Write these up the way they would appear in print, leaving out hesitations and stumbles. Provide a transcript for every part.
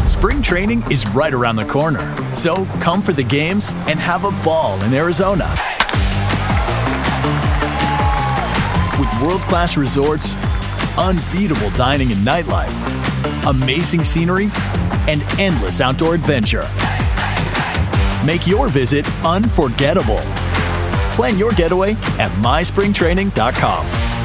Spring training is right around the corner. So come for the games and have a ball in Arizona. With world-class resorts, unbeatable dining and nightlife, amazing scenery, and endless outdoor adventure. Make your visit unforgettable. Plan your getaway at myspringtraining.com.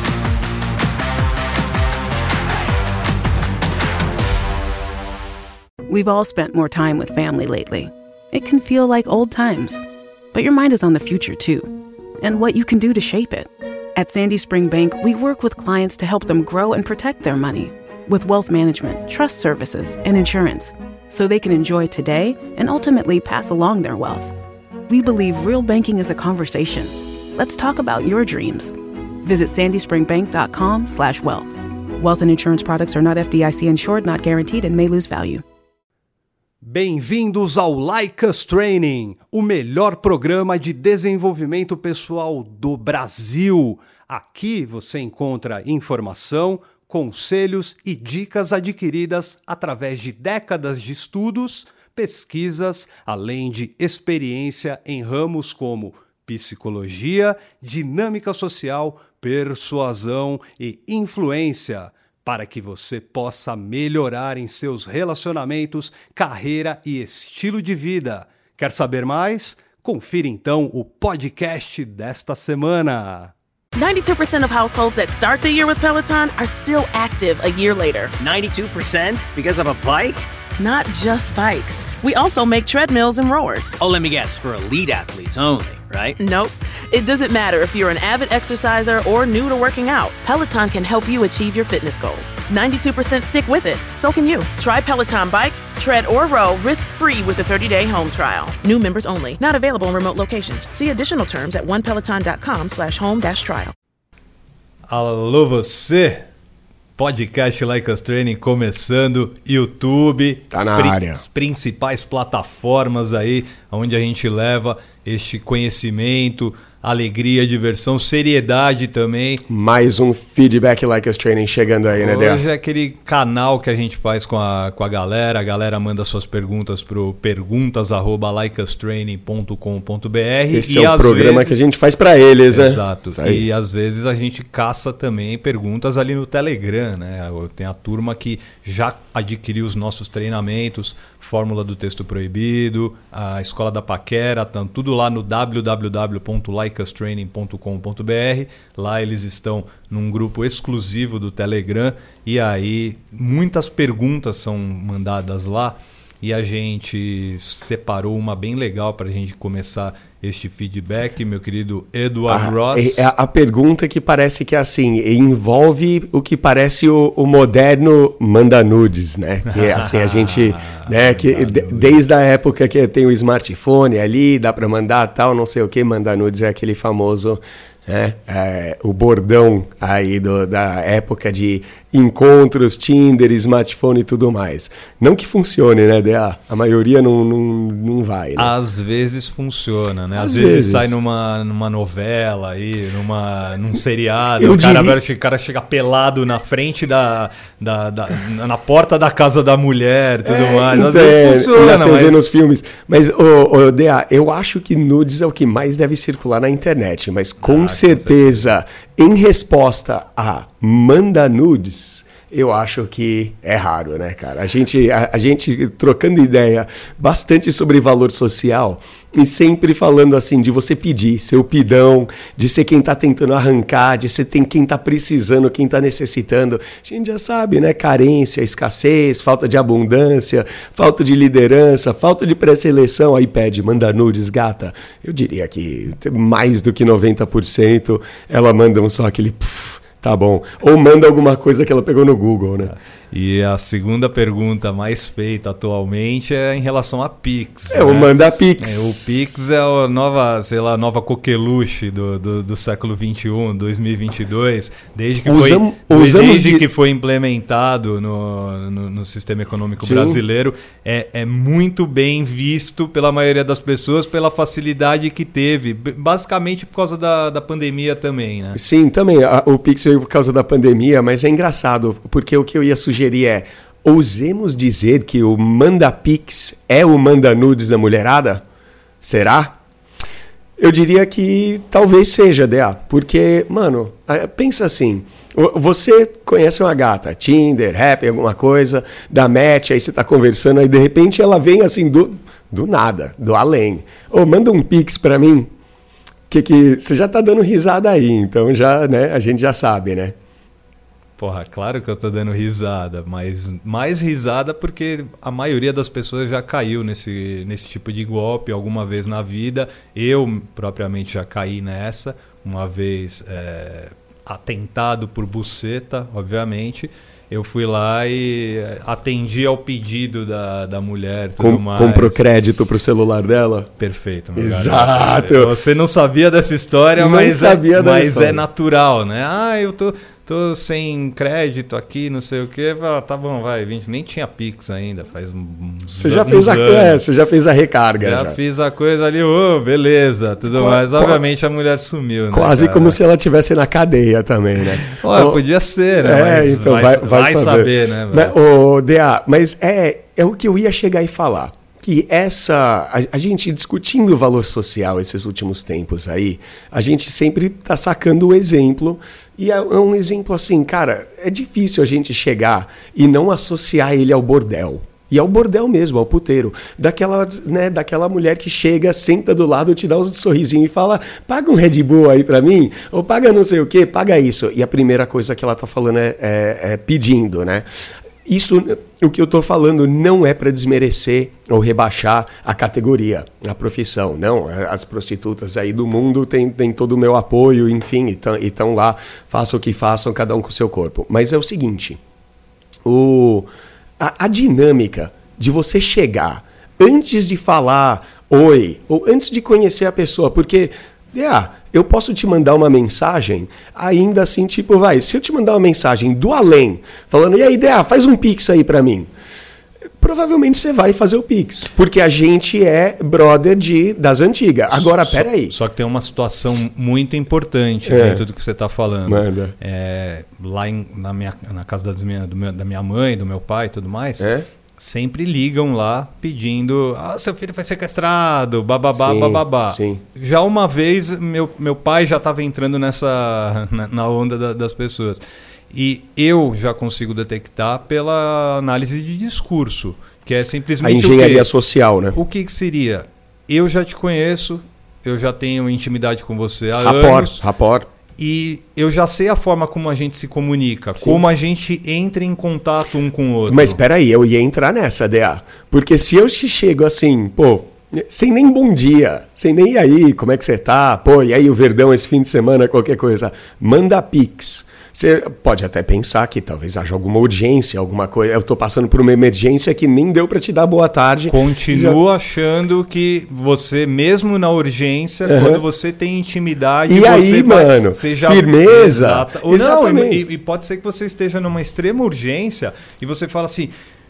We've all spent more time with family lately. It can feel like old times, but your mind is on the future too, and what you can do to shape it. At Sandy Spring Bank, we work with clients to help them grow and protect their money with wealth management, trust services, and insurance, so they can enjoy today and ultimately pass along their wealth. We believe real banking is a conversation. Let's talk about your dreams. Visit sandyspringbank.com/wealth. Wealth and insurance products are not FDIC insured, not guaranteed, and may lose value. Bem-vindos ao Like Us Training, o melhor programa de desenvolvimento pessoal do Brasil. Aqui você encontra informação, conselhos e dicas adquiridas através de décadas de estudos, pesquisas, além de experiência em ramos como psicologia, dinâmica social, persuasão e influência, para que você possa melhorar em seus relacionamentos, carreira e estilo de vida. Quer saber mais? Confira então o podcast desta semana. 92% of households that start the year with Peloton are still active a year later. 92% because of a bike? Not just bikes. We also make treadmills and rowers. Oh, let me guess, for elite athletes only, right? Nope. It doesn't matter if you're an avid exerciser or new to working out. Peloton can help you achieve your fitness goals. 92% stick with it. So can you. Try Peloton bikes, tread, or row risk-free with a 30-day home trial. New members only. Not available in remote locations. See additional terms at onepeloton.com/home-trial. Alô você! Podcast Like Us Training começando, YouTube, tá na área. As principais plataformas aí, onde a gente leva este conhecimento, alegria, diversão, seriedade também. Mais um feedback Like Us Training chegando aí, né, Dea? Hoje é aquele canal que a gente faz com a galera manda suas perguntas pro perguntas@likeustraining.com.br. Esse é o programa que a gente faz para eles, né? Exato. E às vezes a gente caça também perguntas ali no Telegram, né? Tem a turma que já adquiriu os nossos treinamentos, Fórmula do Texto Proibido, a Escola da Paquera, tá tudo lá no www.likeustraining.com.br. Lá eles estão num grupo exclusivo do Telegram e aí muitas perguntas são mandadas lá e a gente separou uma bem legal para a gente começar este feedback, meu querido Edward Ross. A pergunta que parece que assim, envolve o que parece o moderno manda nudes, né? Que assim, a gente, né, que desde a época que tem o smartphone ali, dá para mandar tal, não sei o que, manda nudes é aquele famoso, né, o bordão aí da época de encontros, Tinder, smartphone e tudo mais. Não que funcione, né, Dea? A maioria não vai, né? Às vezes funciona, né? Às vezes sai numa novela aí, num seriado, o cara chega pelado na frente na porta da casa da mulher e tudo mais. Às vezes funciona, na TV, nos filmes. Mas, Dea, eu acho que nudes é o que mais deve circular na internet, mas com certeza, em resposta a manda nudes, eu acho que é raro, né, cara? A gente trocando ideia bastante sobre valor social e sempre falando assim de você pedir, ser o pidão, de ser quem tá tentando arrancar, de ser quem tá precisando, quem tá necessitando. A gente já sabe, né? Carência, escassez, falta de abundância, falta de liderança, falta de pré-seleção. Aí pede, manda nudes, gata. Eu diria que mais do que 90% ela manda só aquele... Tá bom. Ou manda alguma coisa que ela pegou no Google, né? E a segunda pergunta mais feita atualmente é em relação a Pix. O manda Pix. O Pix é a nova coqueluche do século XXI, 2022. Desde que foi implementado no sistema econômico brasileiro, é muito bem visto pela maioria das pessoas pela facilidade que teve. Basicamente por causa da pandemia também, né? Sim, também. O Pix veio por causa da pandemia, mas é engraçado, porque o que eu ia sugerir ousemos dizer que o manda-pix é o manda-nudes da mulherada? Será? Eu diria que talvez seja, DA, porque, mano, pensa assim, você conhece uma gata, Tinder, Happn, alguma coisa, dá match, aí você tá conversando, aí de repente ela vem assim do nada, do além. Manda um pix pra mim, que você já tá dando risada aí, então já, né, a gente já sabe, né? Porra, claro que eu tô dando risada, mas mais risada porque a maioria das pessoas já caiu nesse tipo de golpe alguma vez na vida. Eu, propriamente, já caí nessa. Uma vez atentado por buceta, obviamente. Eu fui lá e atendi ao pedido da mulher. Tudo mais. Comprou crédito pro celular dela? Perfeito. Meu Exato. Garoto. Você não sabia dessa história, mas é natural, né? Eu tô sem crédito aqui, não sei o quê. Tá bom, vai, 20. Nem tinha Pix ainda, faz uns Você já fez anos. Você já fez a recarga. Já fiz a coisa ali, beleza, tudo mais. Obviamente a mulher sumiu, né? Quase como se ela estivesse na cadeia também, né? Podia ser, né? Mas então vai saber, né? Mas é o que eu ia chegar e falar. Que a gente discutindo o valor social esses últimos tempos aí, a gente sempre tá sacando o exemplo, e é um exemplo assim, cara, é difícil a gente chegar e não associar ele ao bordel. E ao bordel mesmo, ao puteiro. Daquela mulher que chega, senta do lado, te dá um sorrisinho e fala, paga um Red Bull aí pra mim, ou paga não sei o quê, paga isso. E a primeira coisa que ela tá falando é pedindo, né? Isso, o que eu estou falando não é para desmerecer ou rebaixar a categoria, a profissão. Não, as prostitutas aí do mundo têm todo o meu apoio, enfim, e estão lá, façam o que façam, cada um com o seu corpo. Mas é o seguinte, a dinâmica de você chegar antes de falar oi, ou antes de conhecer a pessoa, porque... eu posso te mandar uma mensagem, ainda assim, tipo, se eu te mandar uma mensagem do além, falando, e aí, faz um pix aí pra mim. Provavelmente você vai fazer o pix, porque a gente é brother das antigas. Agora, peraí. Só que tem uma situação muito importante dentro do que você tá falando. Manda. Lá na casa da minha mãe, do meu pai e tudo mais... Sempre ligam lá pedindo, seu filho foi sequestrado, bababá, bababá. Sim. Já uma vez, meu pai já estava entrando na onda das pessoas. E eu já consigo detectar pela análise de discurso, que é simplesmente a engenharia social, né? O que seria? Eu já te conheço, eu já tenho intimidade com você há anos. Rapport. E eu já sei a forma como a gente se comunica, como a gente entra em contato um com o outro. Mas peraí, eu ia entrar nessa, DA. Porque se eu te chego assim, sem nem bom dia, sem nem aí, como é que você tá? E aí o Verdão esse fim de semana, qualquer coisa. Manda pix. Você pode até pensar que talvez haja alguma urgência, alguma coisa. Eu estou passando por uma emergência que nem deu para te dar boa tarde. Continuo achando que você, mesmo na urgência, quando você tem intimidade... E aí, mano, firmeza. Exatamente. E pode ser que você esteja numa extrema urgência e você fala assim...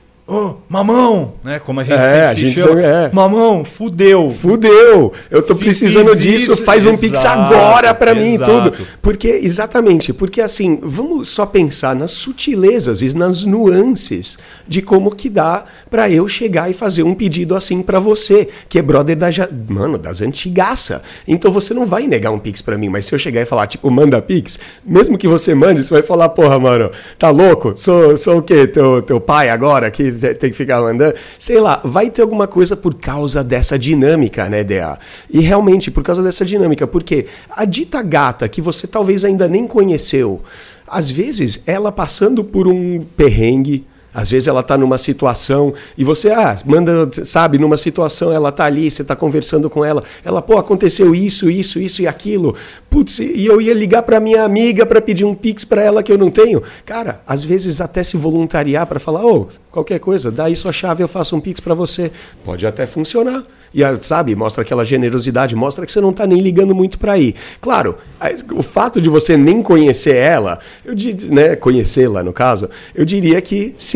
mamão, né? Como a gente se chama. Mamão, fudeu. Eu tô precisando disso, faz um pix agora pra mim, tudo. Porque assim, vamos só pensar nas sutilezas e nas nuances de como que dá pra eu chegar e fazer um pedido assim pra você, que é brother das antigaça. Então você não vai negar um pix pra mim, mas se eu chegar e falar, tipo, manda pix, mesmo que você mande, você vai falar, porra, mano, tá louco? Sou o quê? Teu pai agora que tem que ficar andando, sei lá, vai ter alguma coisa por causa dessa dinâmica, né, DA? E realmente, por causa dessa dinâmica, porque a dita gata que você talvez ainda nem conheceu, às vezes ela passando por um perrengue, às vezes ela tá numa situação e você, manda, sabe, numa situação, ela tá ali, você tá conversando com ela, aconteceu isso e aquilo, putz, e eu ia ligar pra minha amiga pra pedir um pix pra ela que eu não tenho. Cara, às vezes até se voluntariar pra falar, qualquer coisa, dá aí sua chave, eu faço um pix pra você. Pode até funcionar. E, sabe, mostra aquela generosidade, mostra que você não tá nem ligando muito pra ir. Claro, o fato de você nem conhecer ela, conhecê-la no caso, eu diria que sim,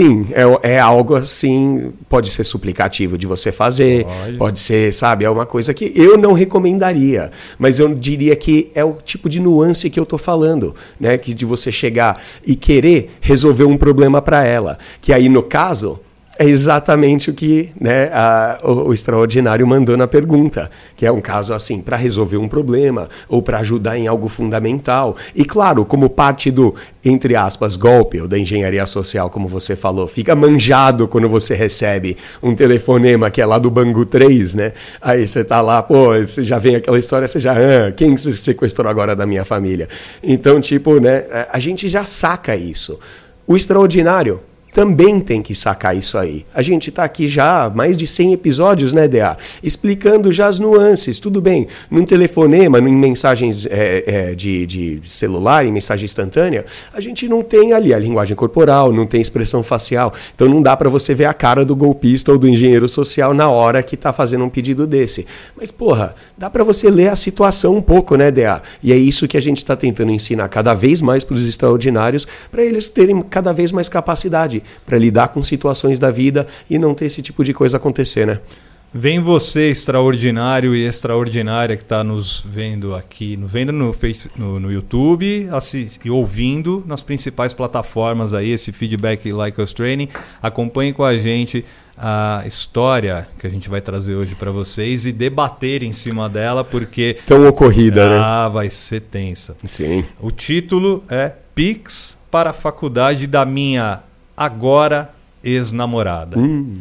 sim, é algo assim, pode ser suplicativo de você fazer, pode ser, sabe, é uma coisa que eu não recomendaria, mas eu diria que é o tipo de nuance que eu tô falando, né, que de você chegar e querer resolver um problema para ela, que aí no caso é exatamente o que, né, o Extraordinário mandou na pergunta, que é um caso assim, para resolver um problema ou para ajudar em algo fundamental. E claro, como parte do, entre aspas, golpe ou da engenharia social, como você falou, fica manjado quando você recebe um telefonema que é lá do Bangu 3, né? Aí você tá lá, pô, você já vem aquela história, você já, quem sequestrou agora da minha família? Então, tipo, né, a gente já saca isso. O Extraordinário também tem que sacar isso aí. A gente está aqui já há mais de 100 episódios, né, DA? Explicando já as nuances. Tudo bem, num telefonema, em mensagens de celular, em mensagem instantânea, a gente não tem ali a linguagem corporal, não tem expressão facial. Então não dá para você ver a cara do golpista ou do engenheiro social na hora que está fazendo um pedido desse. Mas, porra, dá para você ler a situação um pouco, né, DA? E é isso que a gente está tentando ensinar cada vez mais para os extraordinários, para eles terem cada vez mais capacidade para lidar com situações da vida e não ter esse tipo de coisa acontecer, né? Vem você, extraordinário e extraordinária que está nos vendo aqui, vendo no YouTube e ouvindo nas principais plataformas aí, esse feedback Like Us Training. Acompanhe com a gente a história que a gente vai trazer hoje para vocês e debater em cima dela, porque... Tão ocorrida, né? Vai ser tensa. Sim. O título é Pix para a faculdade da minha agora ex-namorada.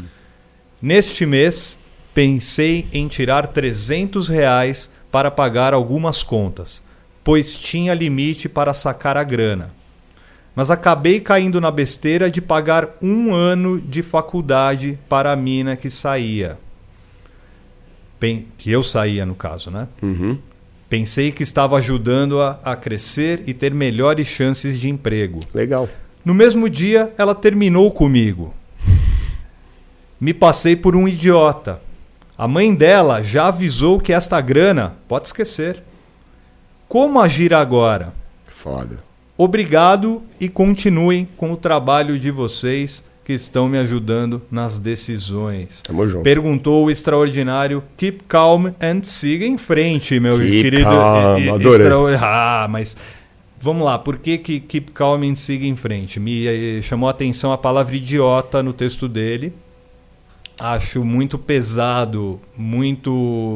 Neste mês, pensei em tirar R$300 para pagar algumas contas, pois tinha limite para sacar a grana. Mas acabei caindo na besteira de pagar 1 ano de faculdade para a mina que saía. Que eu saía, no caso, né? Pensei que estava ajudando-a a crescer e ter melhores chances de emprego. Legal. No mesmo dia, ela terminou comigo. Me passei por um idiota. A mãe dela já avisou que esta grana pode esquecer. Como agir agora? Foda. Obrigado e continuem com o trabalho de vocês que estão me ajudando nas decisões. Tamo junto. Perguntou o extraordinário. Keep calm and siga em frente, meu querido. Calm, adorei. Mas... Vamos lá, por que Keep Calm and siga em frente? Me chamou a atenção a palavra idiota no texto dele. Acho muito pesado, muito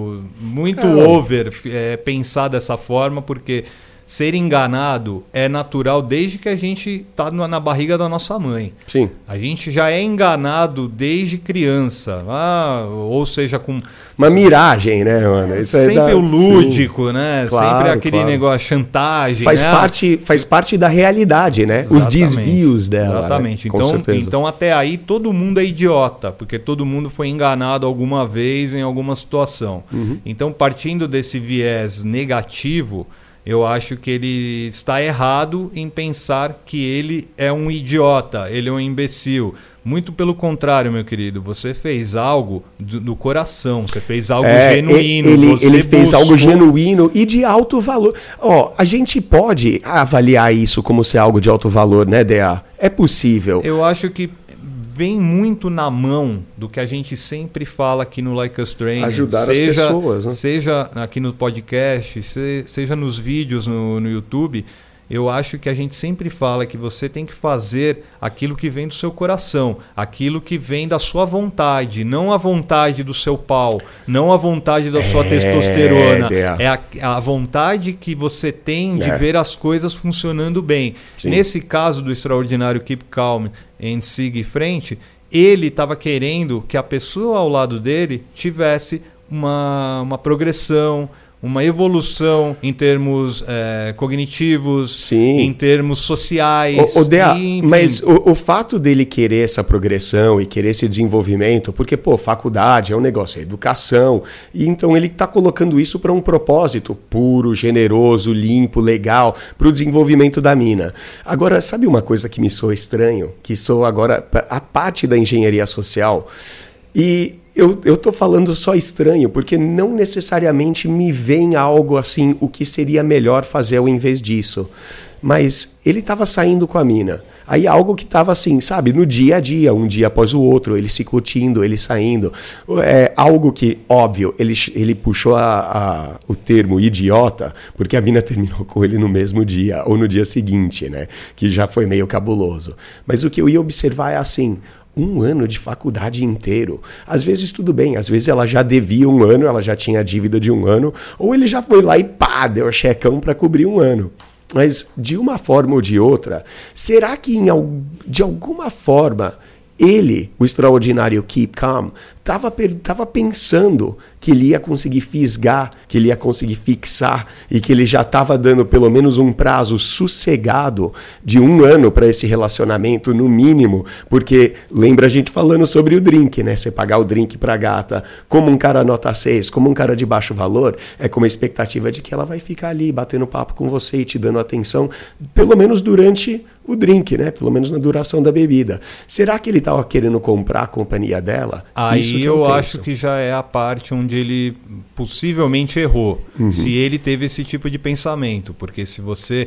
over pensar dessa forma, porque ser enganado é natural desde que a gente está na barriga da nossa mãe. Sim. A gente já é enganado desde criança, ou seja, com... Uma miragem, né, mano? Isso sempre o lúdico, sim, né? Claro, sempre aquele negócio, chantagem. Faz parte da realidade, né? Exatamente. Os desvios dela. Exatamente. Né? Então, até aí, todo mundo é idiota, porque todo mundo foi enganado alguma vez em alguma situação. Então, partindo desse viés negativo, eu acho que ele está errado em pensar que ele é um idiota, ele é um imbecil. Muito pelo contrário, meu querido. Você fez algo do coração, você fez algo genuíno. Ele fez algo genuíno e de alto valor. A gente pode avaliar isso como ser algo de alto valor, né, DA? É possível. Eu acho que vem muito na mão do que a gente sempre fala aqui no Like Us Training. Ajudar as pessoas, né? Seja aqui no podcast, seja nos vídeos no YouTube. Eu acho que a gente sempre fala que você tem que fazer aquilo que vem do seu coração, aquilo que vem da sua vontade, não a vontade do seu pau, não a vontade da sua testosterona. É a vontade que você tem de ver as coisas funcionando bem. Sim. Nesse caso do extraordinário Keep Calm and siga em frente, ele estava querendo que a pessoa ao lado dele tivesse uma progressão, uma evolução em termos cognitivos, sim, em termos sociais. Mas o fato dele querer essa progressão e querer esse desenvolvimento, porque, faculdade é um negócio, é educação, e então ele está colocando isso para um propósito puro, generoso, limpo, legal, para o desenvolvimento da mina. Agora, sabe uma coisa que me soa estranho? Que soa agora a parte da engenharia social, e eu tô falando só estranho, porque não necessariamente me vem algo assim, o que seria melhor fazer ao invés disso. Mas ele estava saindo com a mina. Aí algo que tava assim, sabe, no dia a dia, um dia após o outro, ele se curtindo, ele saindo. Algo que, óbvio, ele puxou o termo idiota, porque a mina terminou com ele no mesmo dia, ou no dia seguinte, né? Que já foi meio cabuloso. Mas o que eu ia observar é assim, 1 ano de faculdade inteiro. Às vezes tudo bem, às vezes ela já devia 1 ano, ela já tinha dívida de 1 ano, ou ele já foi lá e pá, deu checão para cobrir 1 ano. Mas de uma forma ou de outra, será que de alguma forma ele, o extraordinário Keep Calm, estava pensando que ele ia conseguir fisgar, que ele ia conseguir fixar e que ele já estava dando pelo menos um prazo sossegado de 1 ano para esse relacionamento, no mínimo, porque lembra a gente falando sobre o drink, né? Você pagar o drink para a gata como um cara nota 6, como um cara de baixo valor, é com a expectativa de que ela vai ficar ali batendo papo com você e te dando atenção, pelo menos durante o drink, né? Pelo menos na duração da bebida. Será que ele estava querendo comprar a companhia dela? Aí eu acho que já é a parte onde ele possivelmente errou. Se ele teve esse tipo de pensamento. Porque se você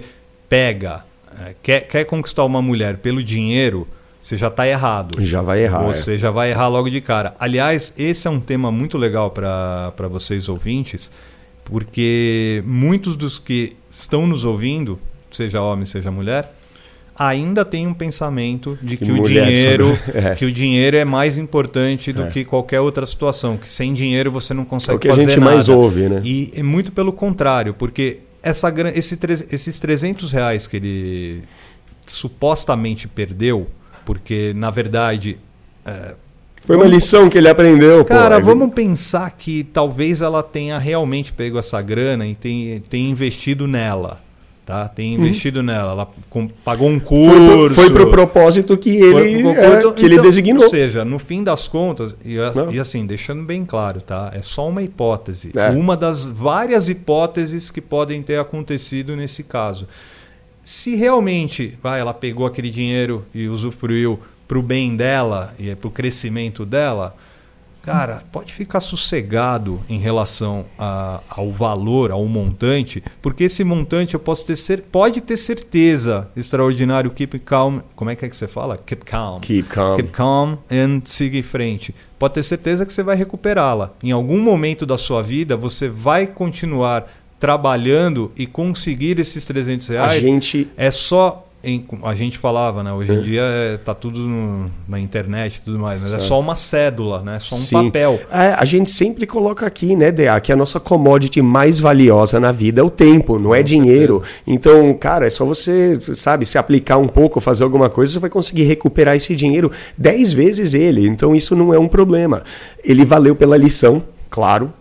quer conquistar uma mulher pelo dinheiro, você já está errado. Já vai errar. Você já vai errar logo de cara. Aliás, esse é um tema muito legal para vocês ouvintes, porque muitos dos que estão nos ouvindo, seja homem, seja mulher, ainda tem um pensamento de que o dinheiro é mais importante do que qualquer outra situação, que sem dinheiro você não consegue fazer nada. É o que a gente mais ouve, né? E é muito pelo contrário, porque esses R$300 que ele supostamente perdeu, porque na verdade... Foi uma lição que ele aprendeu. Cara, vamos pensar que talvez ela tenha realmente pego essa grana e tenha investido nela. Tá? Tem investido nela, ela pagou um curso. Foi pro propósito que ele designou. Ou seja, no fim das contas, e assim, deixando bem claro, tá? É só uma hipótese. Uma das várias hipóteses que podem ter acontecido nesse caso. Se realmente ela pegou aquele dinheiro e usufruiu pro bem dela e pro crescimento dela, cara, pode ficar sossegado em relação ao valor, ao montante, porque esse montante pode ter certeza, extraordinário, keep calm. Como é que você fala? Keep calm. Keep calm. Keep calm and siga em frente. Pode ter certeza que você vai recuperá-la. Em algum momento da sua vida, você vai continuar trabalhando e conseguir esses R$300. É só... A gente falava, né? Hoje em dia tá tudo na internet e tudo mais, mas certo. É só uma cédula, né? É só um papel. A gente sempre coloca aqui, né, DA, que a nossa commodity mais valiosa na vida é o tempo, não é dinheiro. Então, cara, é só você, sabe, se aplicar um pouco, fazer alguma coisa, você vai conseguir recuperar esse dinheiro 10 vezes ele. Então, isso não é um problema. Ele valeu pela lição, claro.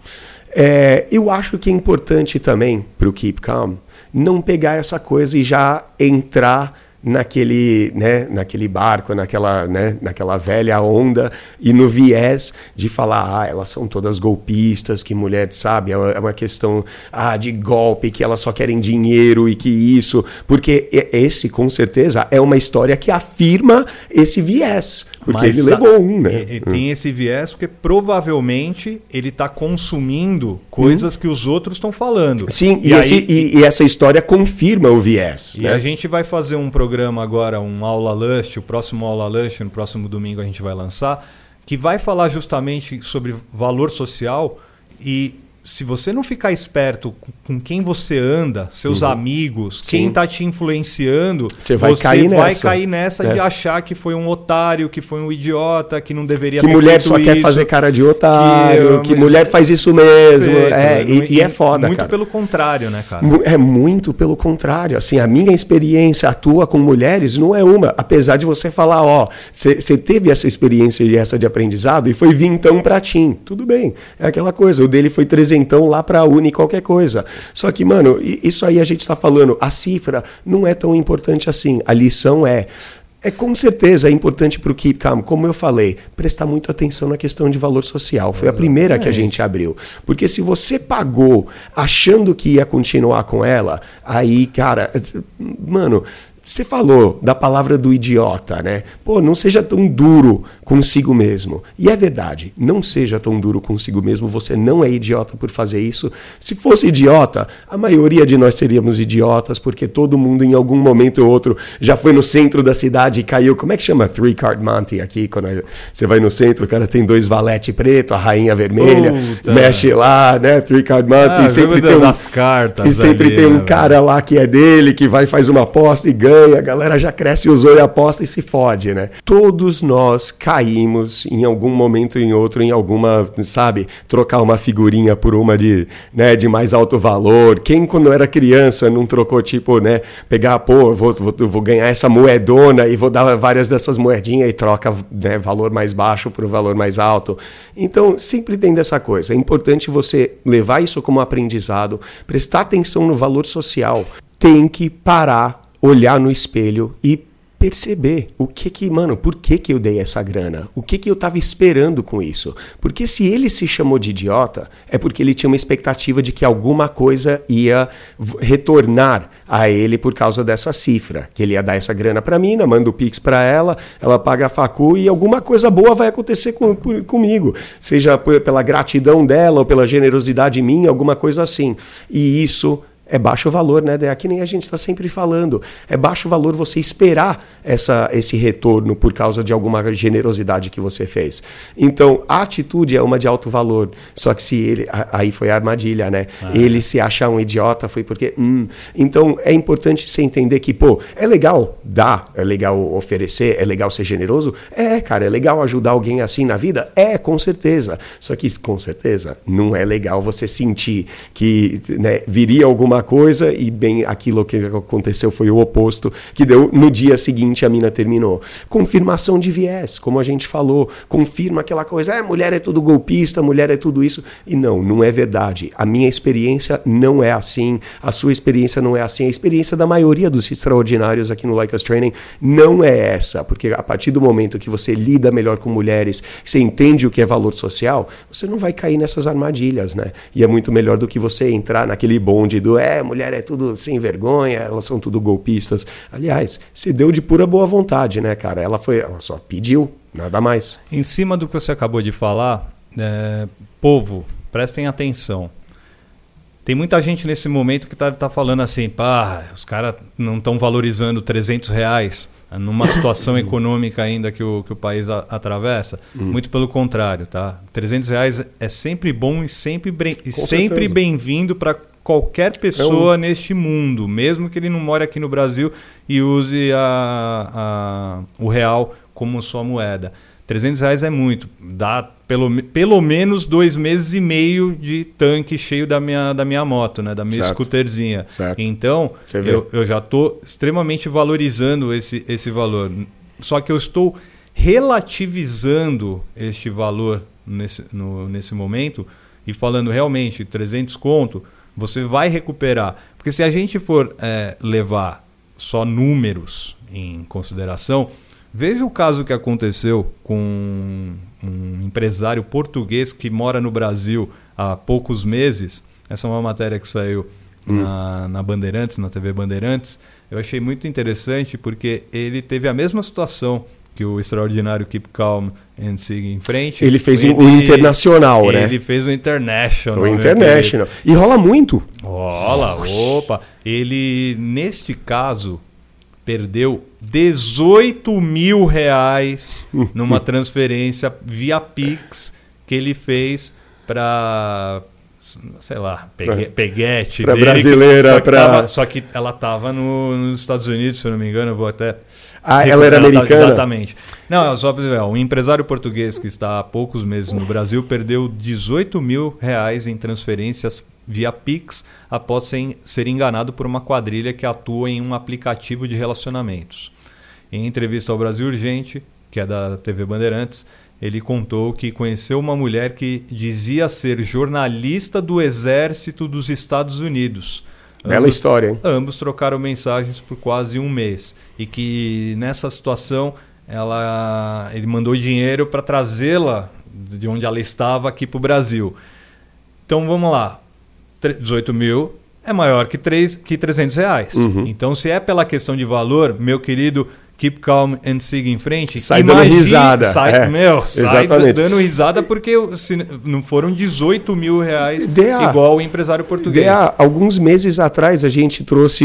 Eu acho que é importante também para o Keep Calm não pegar essa coisa e já entrar naquele barco, naquela velha onda e no viés de falar, elas são todas golpistas, que mulher, sabe, é uma questão de golpe, que elas só querem dinheiro e que isso, porque esse com certeza é uma história que afirma esse viés. Porque ele levou né? Tem esse viés porque provavelmente ele está consumindo coisas que os outros estão falando. Sim, e essa história confirma o viés. E a gente vai fazer um programa agora, um Aula Lust, o próximo Aula Lust, no próximo domingo a gente vai lançar, que vai falar justamente sobre valor social. E se você não ficar esperto com quem você anda, seus amigos, quem está te influenciando, você vai cair nessa de achar que foi um otário, que foi um idiota, que não deveria ter feito isso. Que mulher só quer fazer cara de otário, que mulher faz isso mesmo. E é foda, muito cara. Pelo contrário, né, cara? É muito pelo contrário. Assim, a minha experiência atua com mulheres não é uma. Apesar de você falar, você teve essa experiência e essa de aprendizado e foi vintão pra ti. Tudo bem. É aquela coisa. O dele foi 300 lá para a Uni, qualquer coisa. Só que, mano, isso aí a gente está falando, a cifra não é tão importante assim. A lição é com certeza importante para o Keep Calm, como eu falei, prestar muita atenção na questão de valor social. Foi a primeira que a gente abriu. Porque se você pagou achando que ia continuar com ela, aí, cara, mano, Você falou da palavra do idiota, né? Pô, não seja tão duro consigo mesmo. E é verdade, não seja tão duro consigo mesmo, você não é idiota por fazer isso. Se fosse idiota, a maioria de nós seríamos idiotas, porque todo mundo em algum momento ou outro já foi no centro da cidade e caiu. Como é que chama? Three Card Monte aqui, quando você vai no centro, o cara tem 2 valete preto, a rainha vermelha, mexe lá, né? Three Card Monte, e sempre tem das cartas e sempre ali, tem um né, cara lá que é dele, que vai faz uma aposta e ganha. A galera já cresce, usou e aposta e se fode, né? Todos nós caímos em algum momento ou em outro, em alguma, sabe, trocar uma figurinha por uma de mais alto valor. Quem, quando era criança, não trocou, tipo, né, pegar, pô, vou ganhar essa moedona e vou dar várias dessas moedinhas e troca, né, valor mais baixo por valor mais alto. Então, sempre tem dessa coisa. É importante você levar isso como aprendizado, prestar atenção no valor social. Tem que parar, olhar no espelho e perceber por que eu dei essa grana? O que eu estava esperando com isso? Porque se ele se chamou de idiota, é porque ele tinha uma expectativa de que alguma coisa ia retornar a ele por causa dessa cifra, que ele ia dar essa grana para mim, manda o Pix para ela paga a facu e alguma coisa boa vai acontecer comigo, seja pela gratidão dela ou pela generosidade minha, alguma coisa assim. E isso é baixo valor, né? É que nem a gente está sempre falando. É baixo valor você esperar esse retorno por causa de alguma generosidade que você fez. Então, a atitude é uma de alto valor. Só que se ele... Aí foi a armadilha, né? Ele se achar um idiota foi porque... Então, é importante você entender que, pô, é legal dar, é legal oferecer, é legal ser generoso. Cara, é legal ajudar alguém assim na vida? Com certeza. Só que, com certeza, não é legal você sentir que, né, viria alguma coisa e bem aquilo que aconteceu foi o oposto, que deu no dia seguinte a mina terminou. Confirmação de viés, como a gente falou, confirma aquela coisa, mulher é tudo golpista, mulher é tudo isso, e não é verdade. A minha experiência não é assim, a sua experiência não é assim, a experiência da maioria dos extraordinários aqui no Like Us Training não é essa, porque a partir do momento que você lida melhor com mulheres, você entende o que é valor social, você não vai cair nessas armadilhas, né? E é muito melhor do que você entrar naquele bonde do mulher é tudo sem vergonha, elas são tudo golpistas. Aliás, se deu de pura boa vontade, né, cara? Ela só pediu, nada mais. Em cima do que você acabou de falar, povo, prestem atenção. Tem muita gente nesse momento que tá falando assim, os caras não estão valorizando R$300 numa situação econômica ainda que o país atravessa. Muito pelo contrário, tá? R$300 é sempre bom e sempre bem-vindo para qualquer pessoa neste mundo, mesmo que ele não more aqui no Brasil e use o real como sua moeda. R$300 é muito, dá pelo menos 2 meses e meio de tanque cheio da minha moto, né, da minha scooterzinha. Certo. Então, eu já estou extremamente valorizando esse valor. Só que eu estou relativizando este valor nesse momento e falando realmente 300 conto, você vai recuperar. Porque se a gente for levar só números em consideração, veja o caso que aconteceu com um empresário português que mora no Brasil há poucos meses. Essa é uma matéria que saiu na Bandeirantes, na TV Bandeirantes. Eu achei muito interessante porque ele teve a mesma situação que o extraordinário Keep Calm and Siga em frente. Ele fez o internacional, né? Ele fez o international. O international. E rola muito. Rola, opa. Ele, neste caso, perdeu R$18 mil numa transferência via Pix que ele fez para... sei lá, peguete para brasileira, só que ela estava nos Estados Unidos, se eu não me engano, eu vou até... ela era americana? Exatamente. Não, só um empresário português que está há poucos meses no Brasil perdeu R$18 mil em transferências via Pix após ser enganado por uma quadrilha que atua em um aplicativo de relacionamentos. Em entrevista ao Brasil Urgente, que é da TV Bandeirantes, ele contou que conheceu uma mulher que dizia ser jornalista do Exército dos Estados Unidos. Bela história, hein? Ambos trocaram mensagens por quase um mês. E que nessa situação ele mandou dinheiro para trazê-la de onde ela estava aqui para o Brasil. Então vamos lá. 18 mil é maior que R$300. Então, se é pela questão de valor, meu querido, keep calm and siga em frente. Sai dando risada. Sai dando risada porque não foram R$18 mil igual o empresário português. Alguns meses atrás a gente trouxe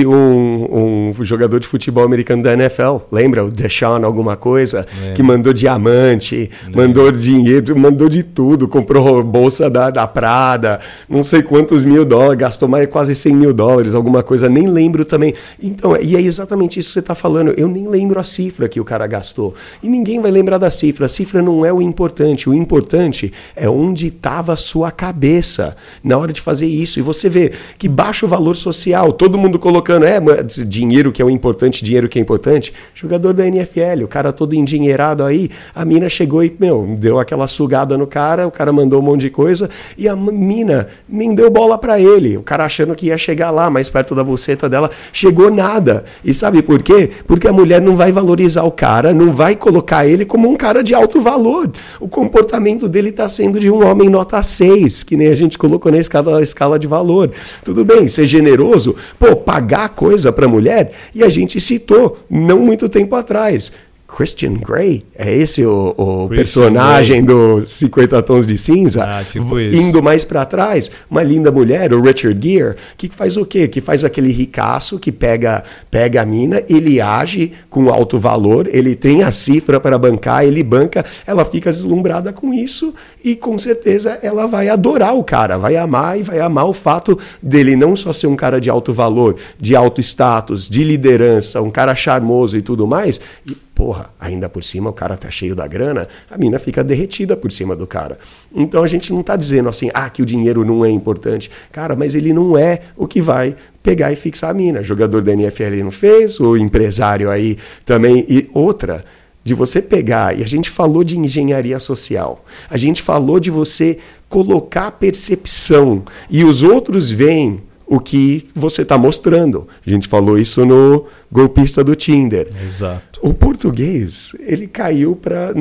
um jogador de futebol americano da NFL, lembra? O Deshaun alguma coisa, que mandou diamante, mandou dinheiro, mandou de tudo, comprou bolsa da Prada, não sei quantos $1.000, gastou mais quase $100 mil, alguma coisa, nem lembro também. Então, e é exatamente isso que você está falando, eu nem lembro a cifra que o cara gastou. E ninguém vai lembrar da cifra. A cifra não é o importante. O importante é onde estava a sua cabeça na hora de fazer isso. E você vê que baixo valor social, todo mundo colocando, dinheiro que é o importante, dinheiro que é importante. Jogador da NFL, o cara todo endinheirado aí, a mina chegou e, deu aquela sugada no cara, o cara mandou um monte de coisa e a mina nem deu bola pra ele. O cara achando que ia chegar lá, mais perto da buceta dela, chegou nada. E sabe por quê? Porque a mulher não vai valorizar o cara, não vai colocar ele como um cara de alto valor. O comportamento dele está sendo de um homem nota 6, que nem a gente colocou na escala de valor. Tudo bem, ser generoso, pagar coisa para mulher, e a gente citou, não muito tempo atrás, Christian Grey, é esse o personagem Grey do 50 Tons de Cinza? Tipo isso. Indo mais para trás, uma linda mulher, o Richard Gere, que faz o quê? Que faz aquele ricaço que pega a mina, ele age com alto valor, ele tem a cifra para bancar, ele banca, ela fica deslumbrada com isso e com certeza ela vai adorar o cara, vai amar o fato dele não só ser um cara de alto valor, de alto status, de liderança, um cara charmoso e tudo mais, e ainda por cima o cara tá cheio da grana, a mina fica derretida por cima do cara. Então a gente não tá dizendo assim, que o dinheiro não é importante. Cara, mas ele não é o que vai pegar e fixar a mina. O jogador da NFL não fez, o empresário aí também. E outra, de você pegar, e a gente falou de engenharia social, a gente falou de você colocar percepção, e os outros veem o que você está mostrando. A gente falou isso no golpista do Tinder. Exato. O português, ele caiu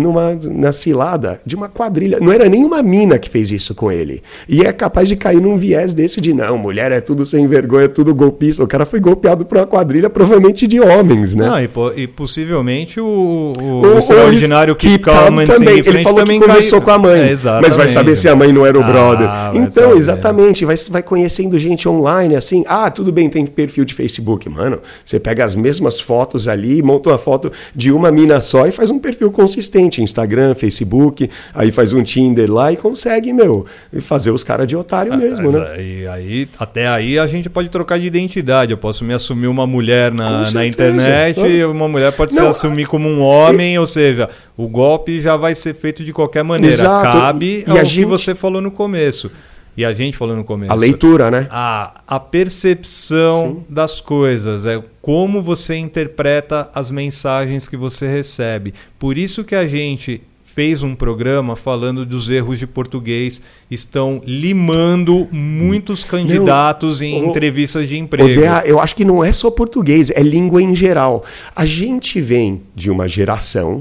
na cilada de uma quadrilha. Não era nenhuma mina que fez isso com ele. E é capaz de cair num viés desse de, não, mulher é tudo sem vergonha, é tudo golpista. O cara foi golpeado por uma quadrilha, provavelmente de homens, né? Não, e possivelmente o extraordinário Keep Calm and também. Ele falou que conversou com a mãe. Mas vai saber se a mãe não era o brother. Então, exatamente, vai conhecendo gente online, assim. Tudo bem, tem perfil de Facebook. Mano, você pega as mesmas fotos ali, monta uma foto de uma mina só e faz um perfil consistente, Instagram, Facebook, aí faz um Tinder lá e consegue, fazer os caras de otário mesmo, né? E aí, até aí a gente pode trocar de identidade. Eu posso me assumir uma mulher na internet e uma mulher pode se assumir como um homem, ou seja, o golpe já vai ser feito de qualquer maneira. Exato. Cabe ao que você falou no começo. E a gente falou no começo. A leitura, né? A percepção das coisas. É como você interpreta as mensagens que você recebe. Por isso que a gente fez um programa falando dos erros de português. Estão limando muitos candidatos em entrevistas de emprego. Eu acho que não é só português, é língua em geral. A gente vem de uma geração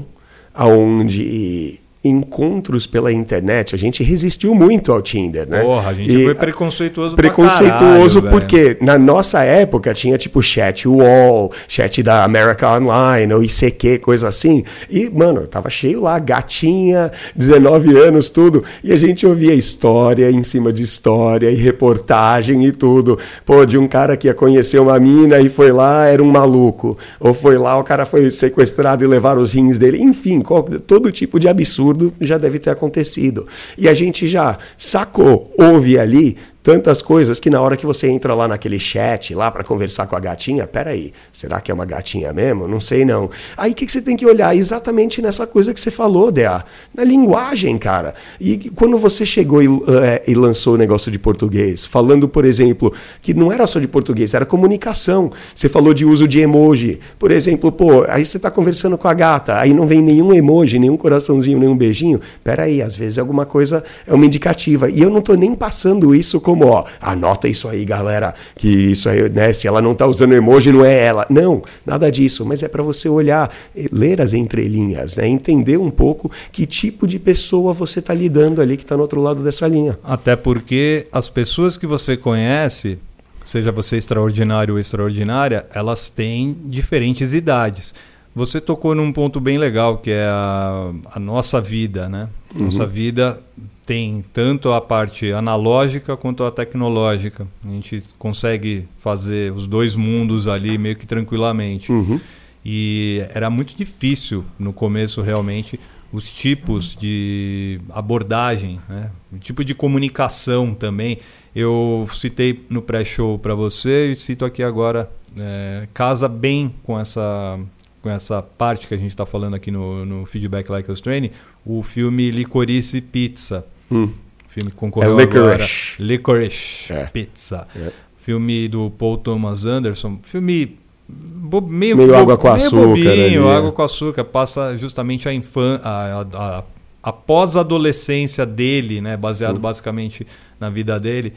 onde encontros pela internet, a gente resistiu muito ao Tinder, né? A gente foi preconceituoso Preconceituoso porque na nossa época tinha tipo chat UOL, chat da America Online, ou ICQ, coisa assim. E, mano, tava cheio lá, gatinha, 19 anos, tudo. E a gente ouvia história em cima de história e reportagem e tudo. De um cara que ia conhecer uma mina e foi lá, era um maluco. Ou foi lá, o cara foi sequestrado e levaram os rins dele. Enfim, todo tipo de absurdo já deve ter acontecido. E a gente já sacou, ouve ali tantas coisas que na hora que você entra lá naquele chat lá para conversar com a gatinha, peraí, será que é uma gatinha mesmo? Não sei não. Aí o que você tem que olhar? Exatamente nessa coisa que você falou, DA. Na linguagem, cara. E quando você chegou e lançou o negócio de português, falando, por exemplo, que não era só de português, era comunicação. Você falou de uso de emoji. Por exemplo, aí você tá conversando com a gata, aí não vem nenhum emoji, nenhum coraçãozinho, nenhum beijinho. Peraí, às vezes alguma coisa é uma indicativa. E eu não tô nem passando isso como, anota isso aí, galera, que isso aí, né, se ela não tá usando emoji, não é ela. Não, nada disso, mas é para você olhar, ler as entrelinhas, né, entender um pouco que tipo de pessoa você tá lidando ali que tá no outro lado dessa linha. Até porque as pessoas que você conhece seja você extraordinário ou extraordinária, elas têm diferentes idades. Você tocou num ponto bem legal, que é a nossa vida, né? Nossa vida tem tanto a parte analógica quanto a tecnológica. A gente consegue fazer os dois mundos ali meio que tranquilamente. E era muito difícil no começo realmente os tipos de abordagem, né? O tipo de comunicação também. Eu citei no pré-show para você e cito aqui agora, casa bem com essa parte que a gente está falando aqui no Feedback Like Us Training, o filme Licorice Pizza. O filme que concorreu agora. Licorice Pizza. Filme do Paul Thomas Anderson. Filme meio água com açúcar. Bobinho, água com açúcar. Passa justamente a pós-adolescência dele, né? Baseado basicamente na vida dele.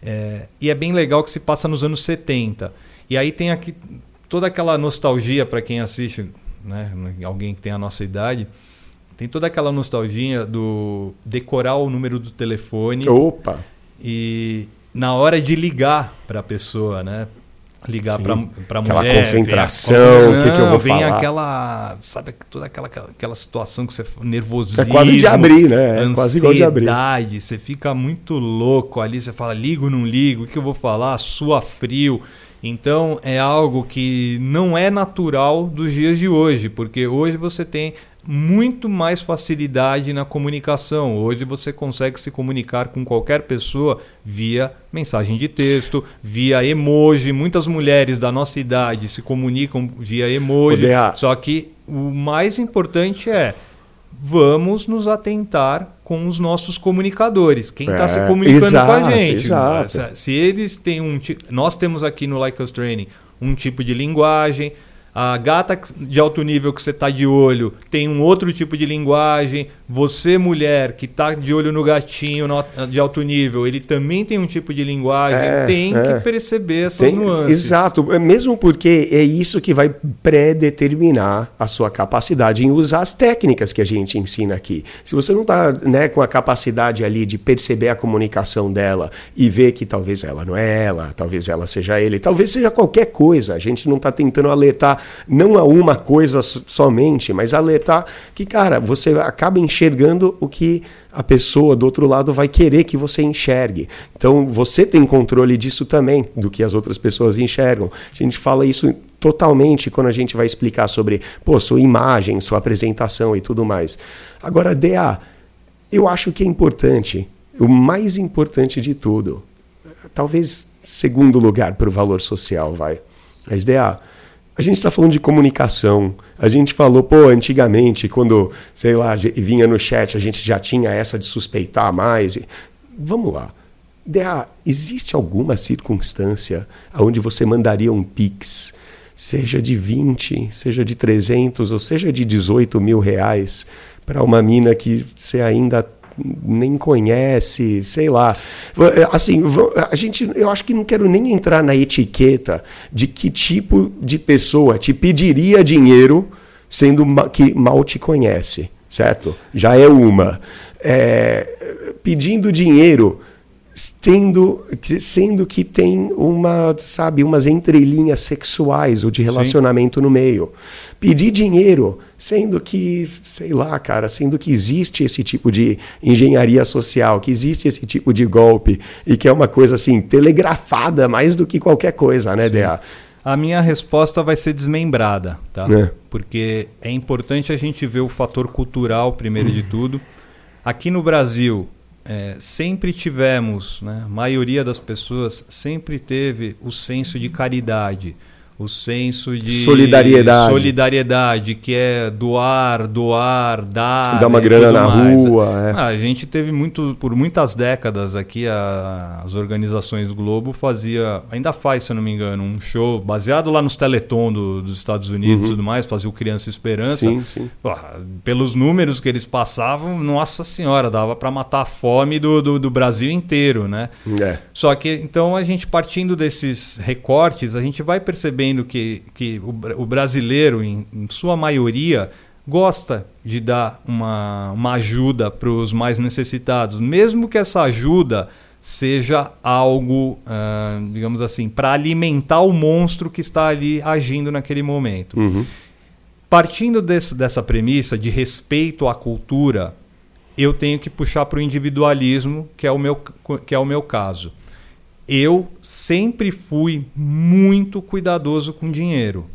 E é bem legal que se passa nos anos 70. E aí tem aqui toda aquela nostalgia para quem assiste, né? Alguém que tem a nossa idade, tem toda aquela nostalgia do decorar o número do telefone. Opa! E na hora de ligar para a pessoa, né? Ligar para mulher. Aquela concentração, o que eu vou vem falar? Aquela, sabe, toda aquela situação que você nervosismo. É quase de abrir, né? É quase igual de abrir. Ansiedade, você fica muito louco ali, você fala, ligo ou não ligo, o que eu vou falar? Sua frio. Então é algo que não é natural dos dias de hoje, porque hoje você tem muito mais facilidade na comunicação. Hoje você consegue se comunicar com qualquer pessoa via mensagem de texto, via emoji. Muitas mulheres da nossa idade se comunicam via emoji. Só que o mais importante é vamos nos atentar com os nossos comunicadores. Quem está se comunicando com a gente. Se eles têm nós temos aqui no Like Us Training um tipo de linguagem. A gata de alto nível que você está de olho tem um outro tipo de linguagem. Você, mulher, que está de olho no gatinho de alto nível, ele também tem um tipo de linguagem. Tem que perceber essas nuances. Exato. Mesmo porque é isso que vai predeterminar a sua capacidade em usar as técnicas que a gente ensina aqui. Se você não está, né, com a capacidade ali de perceber a comunicação dela e ver que talvez ela não é ela, talvez ela seja ele, talvez seja qualquer coisa. A gente não está tentando alertar não a uma coisa somente, mas alertar que, cara, você acaba enxergando o que a pessoa do outro lado vai querer que você enxergue. Então, você tem controle disso também, do que as outras pessoas enxergam. A gente fala isso totalmente quando a gente vai explicar sobre, sua imagem, sua apresentação e tudo mais. Agora, DA, eu acho que é importante, o mais importante de tudo, talvez segundo lugar para o valor social, mas DA, a gente está falando de comunicação. A gente falou, antigamente, quando, sei lá, vinha no chat, a gente já tinha essa de suspeitar mais. Vamos lá. DA, existe alguma circunstância onde você mandaria um Pix, seja de 20, seja de 300, ou seja de 18 mil reais, para uma mina que você ainda nem conhece, sei lá. Assim, eu acho que não quero nem entrar na etiqueta de que tipo de pessoa te pediria dinheiro sendo que mal te conhece, certo? Já é uma. Pedindo dinheiro sendo que tem umas entrelinhas sexuais ou de relacionamento no meio. Pedir dinheiro sendo que, sei lá, cara, sendo que existe esse tipo de engenharia social, que existe esse tipo de golpe e que é uma coisa assim, telegrafada mais do que qualquer coisa, né, DA? A minha resposta vai ser desmembrada, tá? Porque é importante a gente ver o fator cultural, primeiro de tudo. Aqui no Brasil, sempre tivemos, né, a maioria das pessoas sempre teve o senso de caridade, o senso de solidariedade, que é doar, dar uma grana na rua. A gente teve por muitas décadas aqui, as organizações Globo ainda faz, se eu não me engano, um show baseado lá nos Teleton dos Estados Unidos e tudo mais, fazia o Criança Esperança. Sim. Pelos números que eles passavam, nossa senhora, dava para matar a fome do Brasil inteiro, né? Só que, então, a gente partindo desses recortes, a gente vai percebendo que o brasileiro, em sua maioria, gosta de dar uma ajuda para os mais necessitados, mesmo que essa ajuda seja algo, digamos assim, para alimentar o monstro que está ali agindo naquele momento. Partindo dessa premissa de respeito à cultura, eu tenho que puxar para o individualismo, que é o meu caso. Eu sempre fui muito cuidadoso com dinheiro.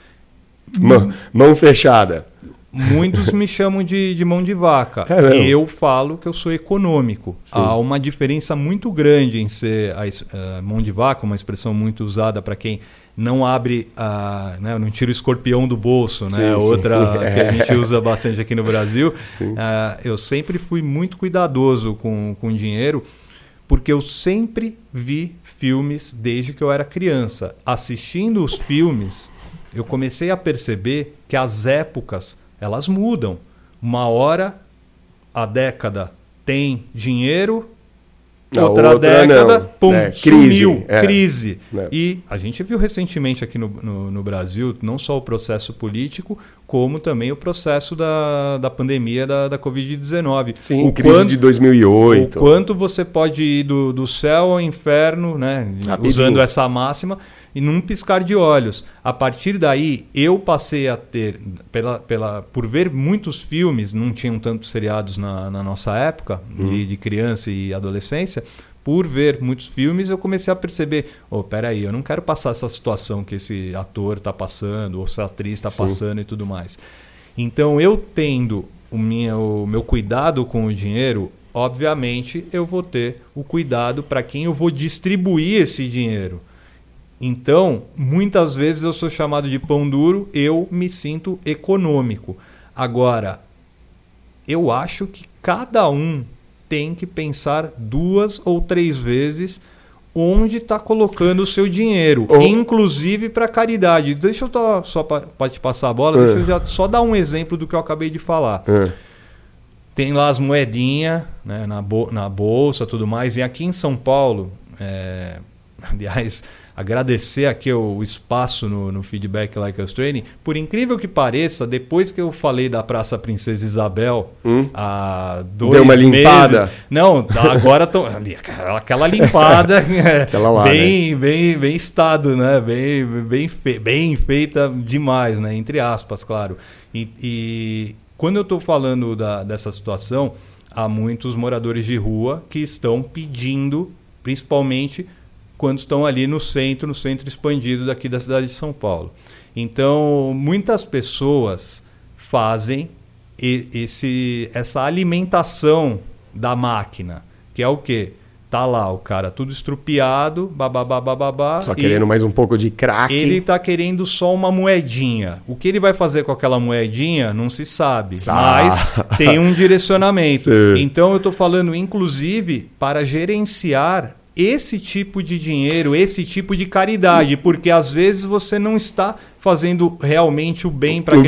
Mão fechada. Muitos me chamam de mão de vaca. Eu falo que eu sou econômico. Sim. Há uma diferença muito grande em ser mão de vaca, uma expressão muito usada para quem não abre, né, não tira o escorpião do bolso, né? Sim, outra que a gente usa bastante aqui no Brasil. Eu sempre fui muito cuidadoso com dinheiro, porque eu sempre vi filmes desde que eu era criança. Assistindo os filmes, eu comecei a perceber que as épocas, elas mudam. Uma hora a década tem dinheiro, outra década, pum, sumiu, crise. E a gente viu recentemente aqui no Brasil, não só o processo político, como também o processo da pandemia da Covid-19. Sim, crise de 2008. O quanto você pode ir do céu ao inferno, né, usando essa máxima, e num piscar de olhos. A partir daí, eu passei a ter, por ver muitos filmes, não tinham tantos seriados na nossa época, de criança e adolescência, por ver muitos filmes, eu comecei a perceber, peraí, eu não quero passar essa situação que esse ator está passando, ou essa atriz está passando e tudo mais. Então, eu tendo o meu cuidado com o dinheiro, obviamente, eu vou ter o cuidado para quem eu vou distribuir esse dinheiro. Então, muitas vezes eu sou chamado de pão duro, eu me sinto econômico. Agora, eu acho que cada um tem que pensar 2 ou 3 vezes onde está colocando o seu dinheiro, inclusive para caridade. Deixa eu só para te passar a bola, deixa eu já só dar um exemplo do que eu acabei de falar. Tem lá as moedinhas, né, na bolsa e tudo mais, e aqui em São Paulo, aliás, agradecer aqui o espaço no Feedback Like Us Training. Por incrível que pareça, depois que eu falei da Praça Princesa Isabel, há 2 meses... Deu uma limpada? Não, agora aquela limpada lá, bem estado, né? Bem feita demais, né? Entre aspas, claro. E quando eu estou falando dessa situação, há muitos moradores de rua que estão pedindo, principalmente quando estão ali no centro expandido daqui da cidade de São Paulo. Então, muitas pessoas fazem essa alimentação da máquina, que é o quê? Tá lá o cara tudo estrupiado, babá. Só querendo mais um pouco de crack. Ele tá querendo só uma moedinha. O que ele vai fazer com aquela moedinha não se sabe, mas tem um direcionamento. Sim. Então, eu tô falando, inclusive, para gerenciar esse tipo de dinheiro, esse tipo de caridade, porque às vezes você não está fazendo realmente o bem para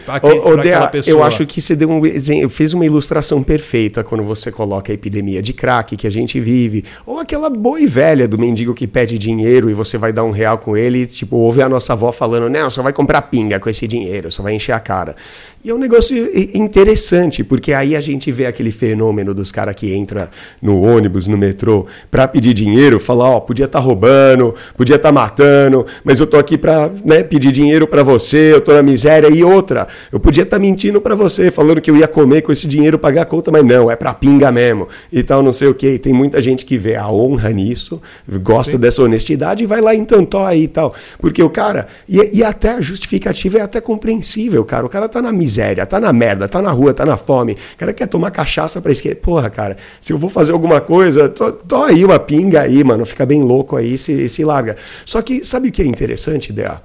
aquela pessoa. Eu acho que você fez uma ilustração perfeita quando você coloca a epidemia de crack que a gente vive, ou aquela boa e velha do mendigo que pede dinheiro e você vai dar R$1 com ele e tipo, ouve a nossa avó falando, não, só vai comprar pinga com esse dinheiro, só vai encher a cara. E é um negócio interessante, porque aí a gente vê aquele fenômeno dos caras que entram no ônibus, no metrô, para pedir dinheiro, falar, podia estar roubando, podia estar matando, mas eu tô aqui para, né, pedir dinheiro para você, eu tô na miséria. E outra, eu podia estar mentindo para você, falando que eu ia comer com esse dinheiro, pagar a conta, mas não, é para pinga mesmo, e tal, não sei o quê. E tem muita gente que vê a honra nisso, gosta dessa honestidade e vai lá em tantó aí e tal. Porque o cara, e até a justificativa é até compreensível, cara. O cara tá na miséria, tá na merda, tá na rua, tá na fome, o cara quer tomar cachaça pra esquerda. Porra, cara, se eu vou fazer alguma coisa, tô aí uma pinga aí, mano, fica bem louco aí, se larga. Só que, sabe o que é interessante, Dea?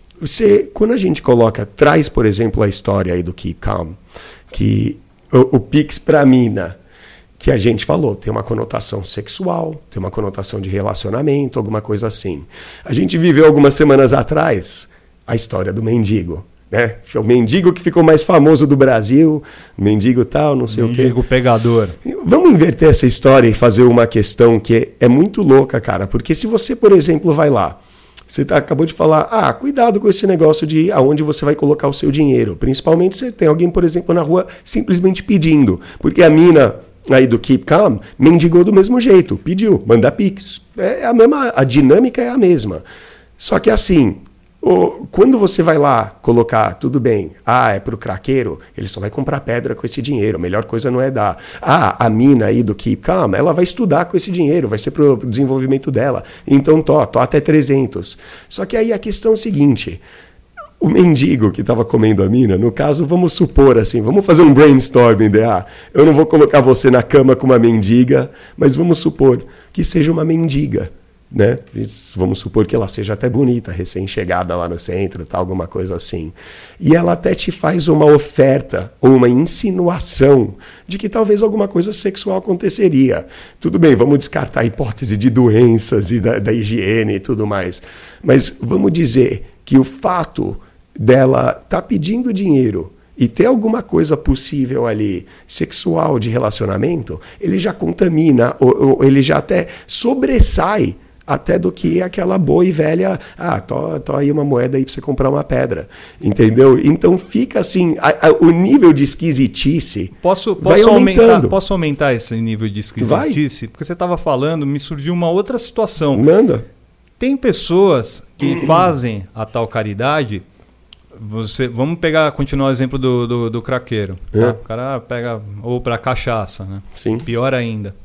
Quando a gente traz, por exemplo, a história aí do Keep Calm, que o Pix pra mina, que a gente falou, tem uma conotação sexual, tem uma conotação de relacionamento, alguma coisa assim. A gente viveu algumas semanas atrás a história do mendigo, né? Foi o mendigo que ficou mais famoso do Brasil, mendigo tal, não sei o quê. Mendigo pegador. Vamos inverter essa história e fazer uma questão que é muito louca, cara, porque se você, por exemplo, vai lá, você acabou de falar, cuidado com esse negócio de aonde você vai colocar o seu dinheiro. Principalmente se tem alguém, por exemplo, na rua simplesmente pedindo. Porque a mina aí do Keep Calm mendigou do mesmo jeito, pediu, manda Pix. A dinâmica é a mesma. Só que assim, quando você vai lá colocar, tudo bem, é pro craqueiro, ele só vai comprar pedra com esse dinheiro, a melhor coisa não é dar. A mina aí do Keep Calm, ela vai estudar com esse dinheiro, vai ser pro desenvolvimento dela. Então, tô até 300. Só que aí a questão é o seguinte, o mendigo que estava comendo a mina, no caso, vamos supor assim, vamos fazer um brainstorming, eu não vou colocar você na cama com uma mendiga, mas vamos supor que seja uma mendiga, né? Vamos supor que ela seja até bonita, recém-chegada lá no centro, tá, alguma coisa assim. E ela até te faz uma oferta ou uma insinuação de que talvez alguma coisa sexual aconteceria. Tudo bem, vamos descartar a hipótese de doenças e da higiene e tudo mais. Mas vamos dizer que o fato dela tá pedindo dinheiro e ter alguma coisa possível ali, sexual, de relacionamento, ele já contamina, ou ele já até sobressai até do que aquela boa e velha, tô aí uma moeda aí pra você comprar uma pedra, entendeu? Então fica assim, o nível de esquisitice vai aumentando. Posso aumentar esse nível de esquisitice? Porque você estava falando, me surgiu uma outra situação. Manda. Tem pessoas que fazem a tal caridade. Vamos continuar o exemplo do craqueiro. Tá? O cara pega, ou para cachaça, né? Sim. Pior ainda.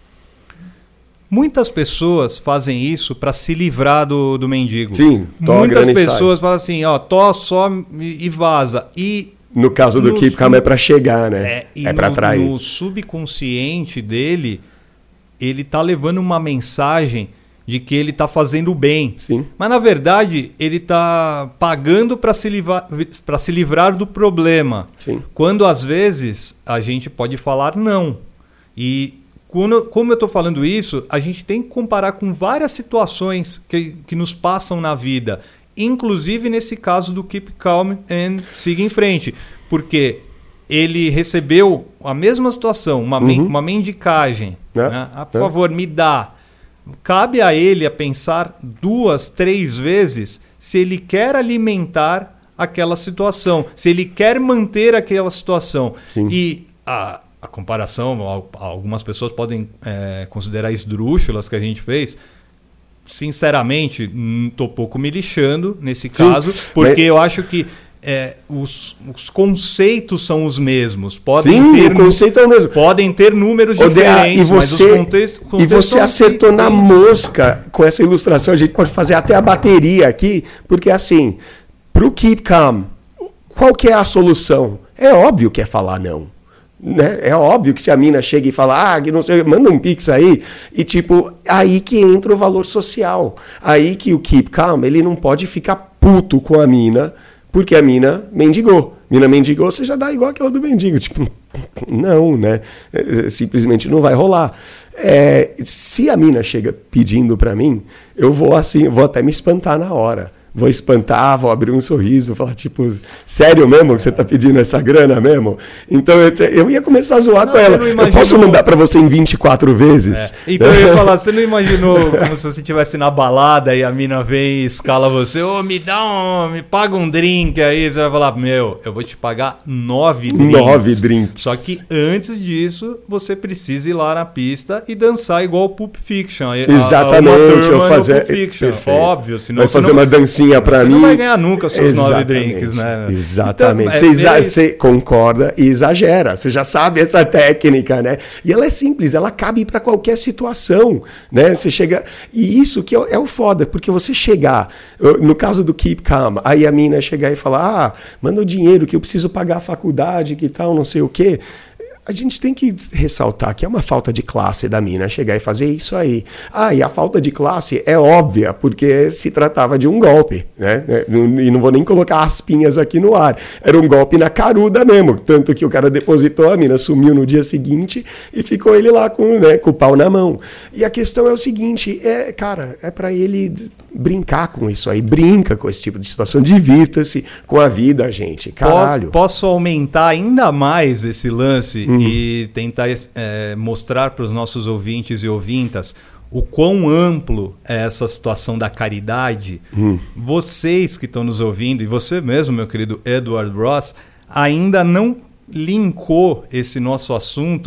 Muitas pessoas fazem isso para se livrar do mendigo. Sim, muitas pessoas falam assim, tó só e vaza. E no caso do Keep Calm é para chegar, né? É para atrair. No subconsciente dele, ele tá levando uma mensagem de que ele está fazendo o bem. Sim. Mas, na verdade, ele está pagando para se livrar do problema. Sim. Quando, às vezes, a gente pode falar não. E, como eu estou falando isso, a gente tem que comparar com várias situações que nos passam na vida. Inclusive, nesse caso do Keep Calm and siga em frente. Porque ele recebeu a mesma situação, uma mendicagem. Né? Por favor, me dá. Cabe a ele a pensar 2, 3 vezes se ele quer alimentar aquela situação, se ele quer manter aquela situação. Sim. E a comparação, algumas pessoas podem considerar esdrúxulas que a gente fez. Sinceramente, estou pouco me lixando nesse caso, porque eu acho que os conceitos são os mesmos. O conceito é o mesmo. Podem ter números diferentes, mas os contextos e você acertou na mosca com essa ilustração. A gente pode fazer até a bateria aqui, porque assim, para o Keep Calm, qual que é a solução? É óbvio que é falar não. Né? É óbvio que se a mina chega e fala, que não sei, manda um pix aí, e tipo, aí que entra o valor social. Aí que o Keep Calm, ele não pode ficar puto com a mina, porque a mina mendigou. Mina mendigou, você já dá igual aquela do mendigo. Tipo, não, né? Simplesmente não vai rolar. Se a mina chega pedindo pra mim, eu vou até me espantar na hora. Vou espantar, vou abrir um sorriso, falar tipo, sério mesmo que você tá pedindo essa grana mesmo? Então eu ia começar a zoar com ela. Eu posso mandar pra você em 24 vezes? Então eu ia falar, você não imaginou como se você estivesse na balada e a mina vem e escala você, me paga um drink aí, você vai falar, eu vou te pagar 9 drinks. 9 drinks. Só que antes disso, você precisa ir lá na pista e dançar igual o Pulp Fiction. Exatamente, eu fazer. Pulp Fiction, óbvio, senão vai fazer uma dancinha pra mim. Você não vai ganhar nunca os seus 9 drinks, né? Exatamente. Então, você concorda e exagera. Você já sabe essa técnica, né? E ela é simples, ela cabe para qualquer situação, né? Você chega... E isso que é o foda, porque você chegar... No caso do Keep Calm, aí a mina chegar e falar, manda o dinheiro que eu preciso pagar a faculdade, que tal, não sei o quê. A gente tem que ressaltar que é uma falta de classe da mina chegar e fazer isso aí. E a falta de classe é óbvia, porque se tratava de um golpe, né? E não vou nem colocar aspinhas aqui no ar. Era um golpe na caruda mesmo. Tanto que o cara depositou, a mina sumiu no dia seguinte e ficou ele lá com o pau na mão. E a questão é o seguinte, é pra ele brincar com isso aí. Brinca com esse tipo de situação. Divirta-se com a vida, gente. Caralho. Posso aumentar ainda mais esse lance e tentar mostrar para os nossos ouvintes e ouvintas o quão amplo é essa situação da caridade. Vocês que estão nos ouvindo, e você mesmo, meu querido Edward Ross, ainda não linkou esse nosso assunto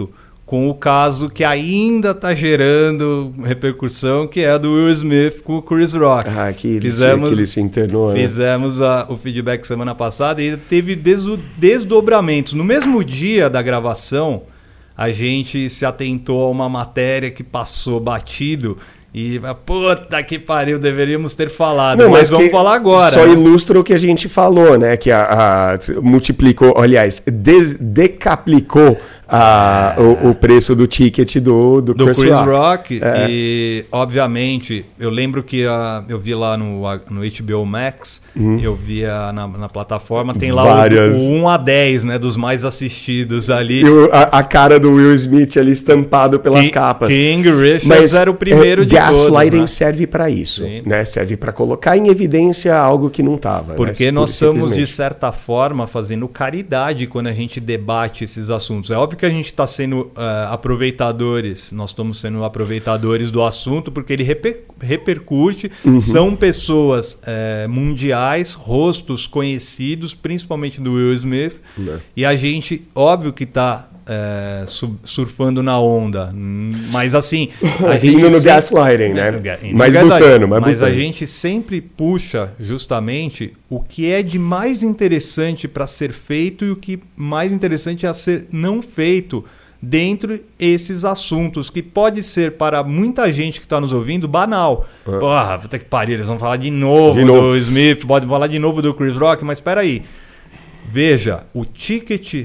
com o caso que ainda está gerando repercussão, que é a do Will Smith com o Chris Rock. Que ele se internou. Fizemos o feedback semana passada e teve desdobramentos. No mesmo dia da gravação, a gente se atentou a uma matéria que passou batido e, puta que pariu, deveríamos ter falado, mas vamos falar agora. Só ilustra o que a gente falou, né? Que multiplicou, aliás, decaplicou o preço do ticket do Chris Rock. E, obviamente, eu lembro que eu vi lá no HBO Max, eu via na plataforma, tem lá o 1 a 10, né, dos mais assistidos ali. E a cara do Will Smith ali estampado pelas capas. King Richards era o primeiro de todos. Gaslighting, né? Serve para isso, né? Serve para colocar em evidência algo que não estava. Porque, né? Nós estamos, de certa forma, fazendo caridade quando a gente debate esses assuntos. É óbvio que a gente está sendo aproveitadores, nós estamos sendo aproveitadores do assunto porque ele repercute, são pessoas mundiais, rostos conhecidos, principalmente do Will Smith, e a gente, óbvio que está surfando na onda, mas assim... Rindo no gaslighting, né? Mas a gente sempre puxa justamente o que é de mais interessante para ser feito e o que mais interessante a ser não feito dentro desses assuntos, que pode ser para muita gente que está nos ouvindo banal. Porra, puta que pariu, eles vão falar de novo do Smith, podem falar de novo do Chris Rock, mas espera aí. Veja, o ticket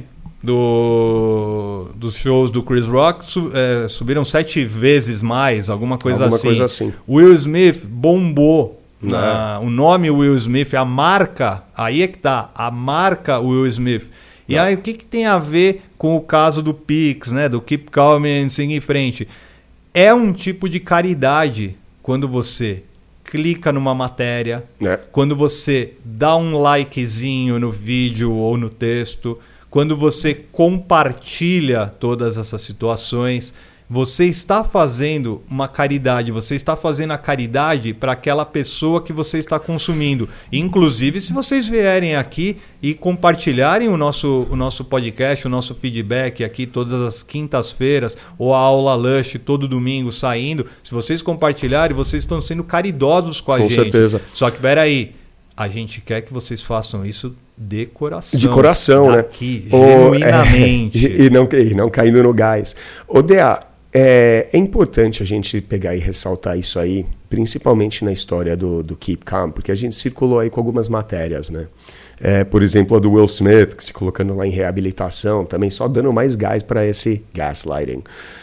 dos shows do Chris Rock subiram 7 vezes mais, alguma coisa assim. Will Smith bombou. O nome Will Smith, a marca, aí é que tá, a marca Will Smith. E aí o que tem a ver com o caso do Pix, né, do Keep Calm and Seguir em Frente? É um tipo de caridade quando você clica numa matéria, quando você dá um likezinho no vídeo ou no texto, quando você compartilha todas essas situações, você está fazendo uma caridade, você está fazendo a caridade para aquela pessoa que você está consumindo. Inclusive, se vocês vierem aqui e compartilharem o nosso podcast, o nosso feedback aqui todas as quintas-feiras, ou a aula Lush todo domingo saindo, se vocês compartilharem, vocês estão sendo caridosos com a gente. Com certeza. Só que, peraí, a gente quer que vocês façam isso de coração. De coração, daqui, né? Genuinamente. E não caindo no gás. DA, é importante a gente pegar e ressaltar isso aí, principalmente na história do Keep Calm, porque a gente circulou aí com algumas matérias, né? Por exemplo, a do Will Smith, que se colocando lá em reabilitação, também só dando mais gás para esse gaslighting.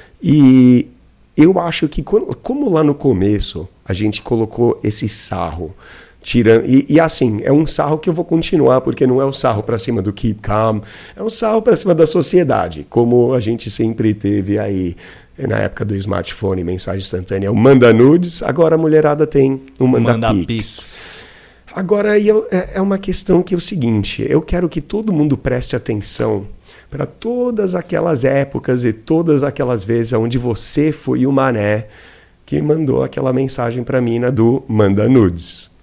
E eu acho que, como lá no começo a gente colocou esse sarro, tirando, e assim, é um sarro que eu vou continuar, porque não é o sarro para cima do Keep Calm, é um sarro para cima da sociedade, como a gente sempre teve aí na época do smartphone, mensagem instantânea, o manda nudes, agora a mulherada tem o manda pix. Agora é uma questão que é o seguinte, eu quero que todo mundo preste atenção para todas aquelas épocas e todas aquelas vezes onde você foi o mané que mandou aquela mensagem para a mina do manda nudes.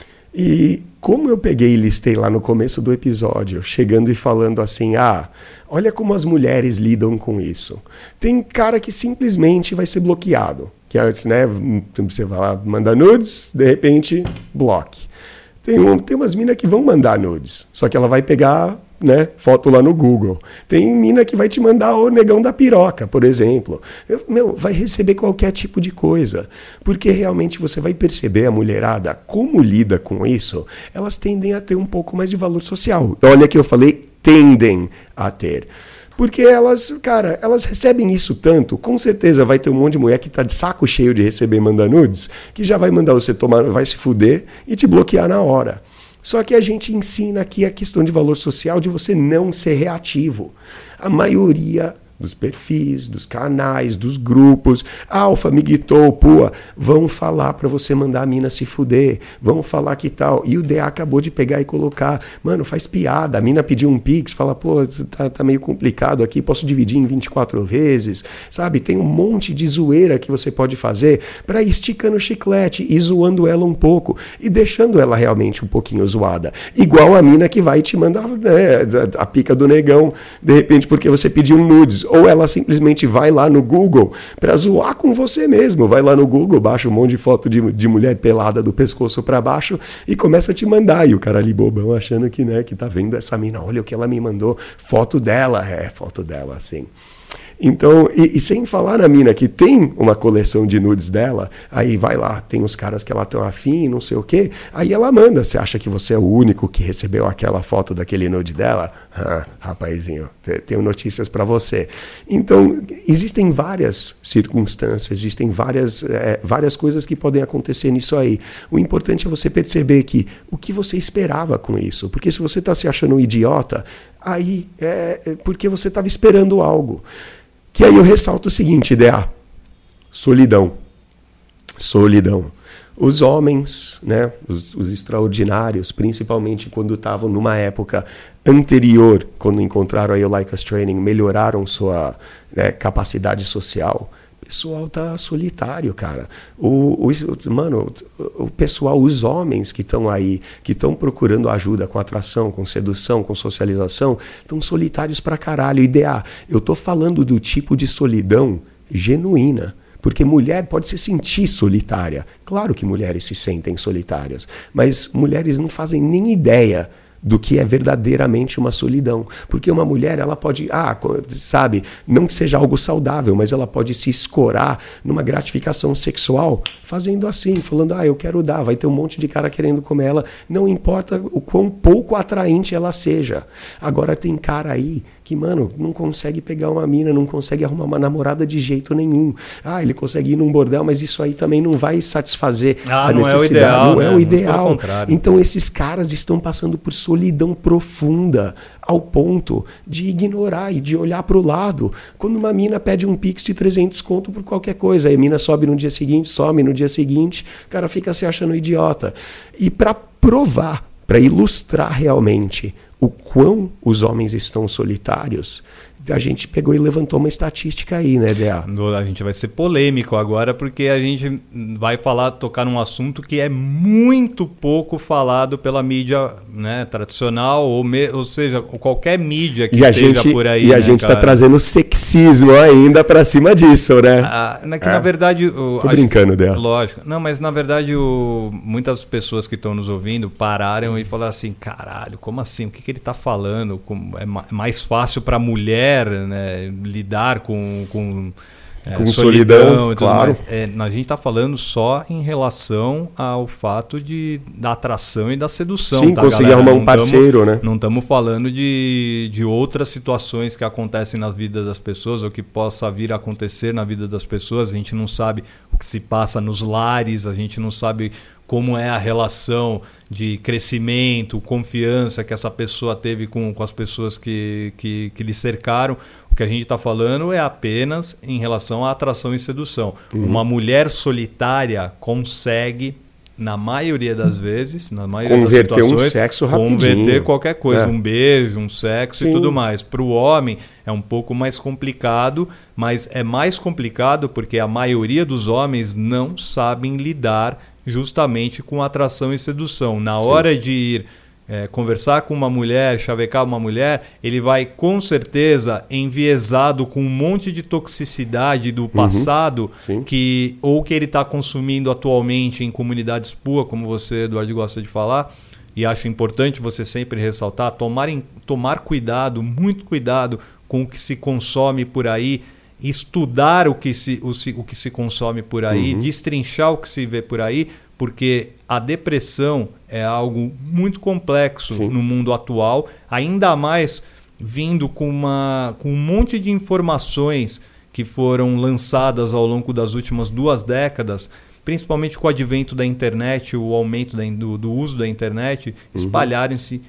E como eu peguei e listei lá no começo do episódio, chegando e falando assim, olha como as mulheres lidam com isso. Tem cara que simplesmente vai ser bloqueado. Que antes, né, você vai lá, manda nudes, de repente, bloque. Tem umas minas que vão mandar nudes, só que ela vai pegar, né, foto lá no Google. Tem mina que vai te mandar o negão da piroca, por exemplo. Vai receber qualquer tipo de coisa. Porque realmente você vai perceber a mulherada, como lida com isso, elas tendem a ter um pouco mais de valor social. Olha que eu falei, tendem a ter. Porque elas recebem isso tanto, com certeza vai ter um monte de mulher que tá de saco cheio de receber manda nudes, que já vai mandar você tomar, vai se fuder e te bloquear na hora. Só que a gente ensina aqui a questão de valor social, de você não ser reativo. A maioria dos perfis, dos canais, dos grupos, Alfa, Miguitou, Pua, vão falar para você mandar a mina se fuder, vão falar que tal. E o DA acabou de pegar e colocar, mano, faz piada, a mina pediu um pix, fala, pô, tá meio complicado aqui, posso dividir em 24 vezes, sabe? Tem um monte de zoeira que você pode fazer para ir esticando o chiclete e zoando ela um pouco e deixando ela realmente um pouquinho zoada. Igual a mina que vai te mandar, né, a pica do negão, de repente, porque você pediu nudes. ou ela simplesmente vai lá no Google para zoar com você mesmo. Vai lá no Google, baixa um monte de foto de mulher pelada do pescoço para baixo e começa a te mandar. E o cara ali bobão achando que, né, que tá vendo essa mina, olha o que ela me mandou, foto dela, foto dela, assim. Então, e sem falar na mina que tem uma coleção de nudes dela, aí vai lá, tem os caras que ela tão afim, não sei o quê, aí ela manda, você acha que você é o único que recebeu aquela foto daquele nude dela? Rapazinho, tenho notícias para você. Então, existem várias circunstâncias, existem várias coisas que podem acontecer nisso aí. O importante é você perceber que o que você esperava com isso, porque se você está se achando um idiota, aí é porque você estava esperando algo. Que aí eu ressalto o seguinte, DA, solidão. Os homens, né, os extraordinários, principalmente quando estavam numa época anterior, quando encontraram aí o Like Us Training, melhoraram sua, né, capacidade social. O pessoal tá solitário, cara. Mano, o pessoal, os homens que estão aí, que estão procurando ajuda com atração, com sedução, com socialização, estão solitários pra caralho. Ideia, eu tô falando do tipo de solidão genuína. Porque mulher pode se sentir solitária. Claro que mulheres se sentem solitárias, mas mulheres não fazem nem ideia do que é verdadeiramente uma solidão. Porque uma mulher, ela pode, sabe, não que seja algo saudável, mas ela pode se escorar numa gratificação sexual, fazendo assim, falando, eu quero dar, vai ter um monte de cara querendo comer ela, não importa o quão pouco atraente ela seja. Agora tem cara aí que, mano, não consegue pegar uma mina, não consegue arrumar uma namorada de jeito nenhum. Ele consegue ir num bordel, mas isso aí também não vai satisfazer a necessidade. Não é o ideal. Então esses caras estão passando por solidão profunda, ao ponto de ignorar e de olhar para o lado. Quando uma mina pede um pix de 300 conto por qualquer coisa, aí a mina sobe no dia seguinte, some no dia seguinte, o cara fica se achando idiota. E para provar, para ilustrar realmente o quão os homens estão solitários, a gente pegou e levantou uma estatística aí, né, DA? A gente vai ser polêmico agora, porque a gente vai tocar num assunto que é muito pouco falado pela mídia, né, tradicional, ou seja, qualquer mídia que esteja por aí. E a gente está trazendo sexismo ainda para cima disso, né? Na verdade... Tô brincando, DA. Lógico. Não, mas na verdade muitas pessoas que estão nos ouvindo pararam e falaram assim, caralho, como assim? O que ele está falando? É mais fácil para a mulher, né, lidar com solidão, claro. A gente está falando só em relação ao fato da atração e da sedução. Sim, conseguir arrumar um parceiro, né? Não estamos falando de outras situações que acontecem na vida das pessoas ou que possa vir a acontecer na vida das pessoas. A gente não sabe o que se passa nos lares, a gente não sabe como é a relação de crescimento, confiança que essa pessoa teve com as pessoas que lhe cercaram. O que a gente está falando é apenas em relação à atração e sedução. Uma mulher solitária consegue, na maioria das vezes, na maioria das situações, converter um sexo rapidinho. Converter qualquer coisa, um beijo, um sexo. Sim. E tudo mais. Para o homem é um pouco mais complicado, mas é mais complicado porque a maioria dos homens não sabem lidar justamente com atração e sedução. Na hora de ir conversar com uma mulher, chavecar uma mulher, ele vai com certeza enviesado com um monte de toxicidade do passado que ele está consumindo atualmente em comunidades PUA, como você, Eduardo, gosta de falar, e acho importante você sempre ressaltar, tomar cuidado, muito cuidado com o que se consome por aí, estudar o que se consome por aí, destrinchar o que se vê por aí, porque a depressão é algo muito complexo no mundo atual, ainda mais vindo com um monte de informações que foram lançadas ao longo das últimas 2 décadas, principalmente com o advento da internet, o aumento do uso da internet, espalharem-se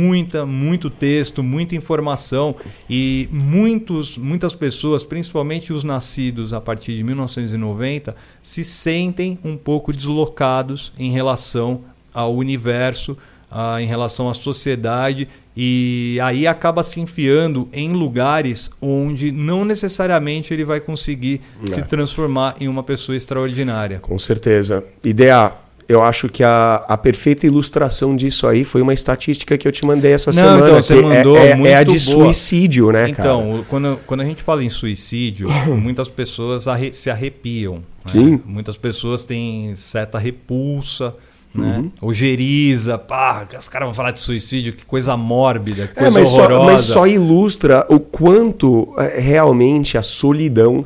muito texto, muita informação e muitas pessoas, principalmente os nascidos a partir de 1990, se sentem um pouco deslocados em relação ao universo, em relação à sociedade, e aí acaba se enfiando em lugares onde não necessariamente ele vai conseguir se transformar em uma pessoa extraordinária. Com certeza. Ideia, eu acho que a perfeita ilustração disso aí foi uma estatística que eu te mandei essa semana. Então, você mandou é a de suicídio, né, cara? Então, quando a gente fala em suicídio, muitas pessoas se arrepiam. Sim. Né? Muitas pessoas têm certa repulsa, né? Ojeriza, os caras vão falar de suicídio, que coisa mórbida, que coisa horrorosa. Mas só ilustra o quanto realmente a solidão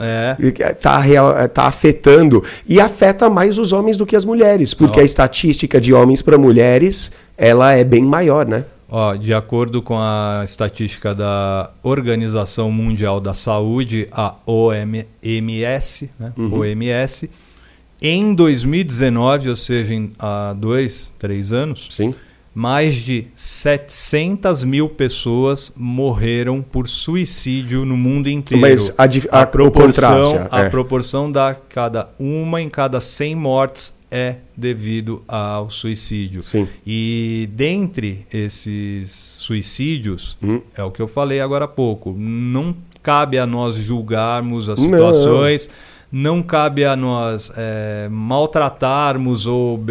tá afetando, e afeta mais os homens do que as mulheres, porque a estatística de homens para mulheres, ela é bem maior, né? De acordo com a estatística da Organização Mundial da Saúde, a OMS, né? OMS, em 2019, ou seja, há 2-3 anos, sim, mais de 700 mil pessoas morreram por suicídio no mundo inteiro. Mas a proporção da uma em cada 100 mortes é devido ao suicídio. Sim. E dentre esses suicídios, é o que eu falei agora há pouco, não cabe a nós julgarmos as situações. Não cabe a nós maltratarmos ou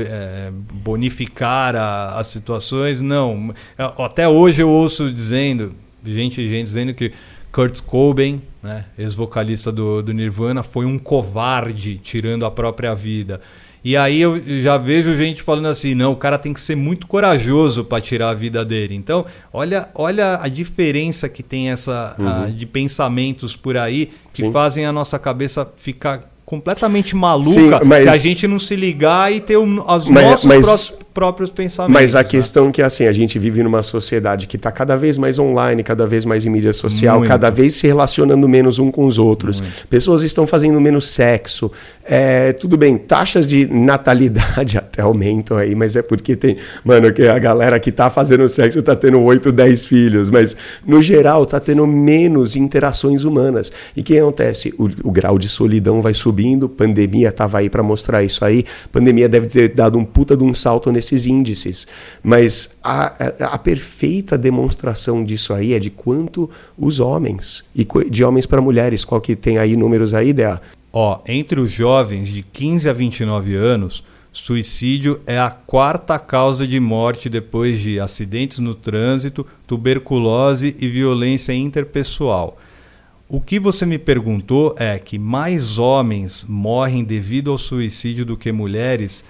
bonificar as situações, não. Até hoje eu ouço gente dizendo que Kurt Cobain, né, ex-vocalista do Nirvana, foi um covarde tirando a própria vida. E aí eu já vejo gente falando assim, não, o cara tem que ser muito corajoso para tirar a vida dele. Então, olha a diferença que tem de pensamentos por aí que fazem a nossa cabeça ficar completamente maluca se a gente não se ligar e ter os nossos próprios pensamentos. Mas a questão é que assim, a gente vive numa sociedade que está cada vez mais online, cada vez mais em mídia social, cada vez se relacionando menos um com os outros. Pessoas estão fazendo menos sexo. Tudo bem, taxas de natalidade até aumentam aí, mas é porque tem... Mano, que a galera que está fazendo sexo está tendo 8, 10 filhos, mas no geral está tendo menos interações humanas. E o que acontece? O grau de solidão vai subindo, pandemia estava aí para mostrar isso aí, pandemia deve ter dado um puta de um salto nesses índices, mas a perfeita demonstração disso aí é de quanto os homens, e de homens para mulheres, qual que tem aí números aí, Dea? Entre os jovens de 15 a 29 anos, suicídio é a 4ª causa de morte depois de acidentes no trânsito, tuberculose e violência interpessoal. O que você me perguntou é que mais homens morrem devido ao suicídio do que mulheres,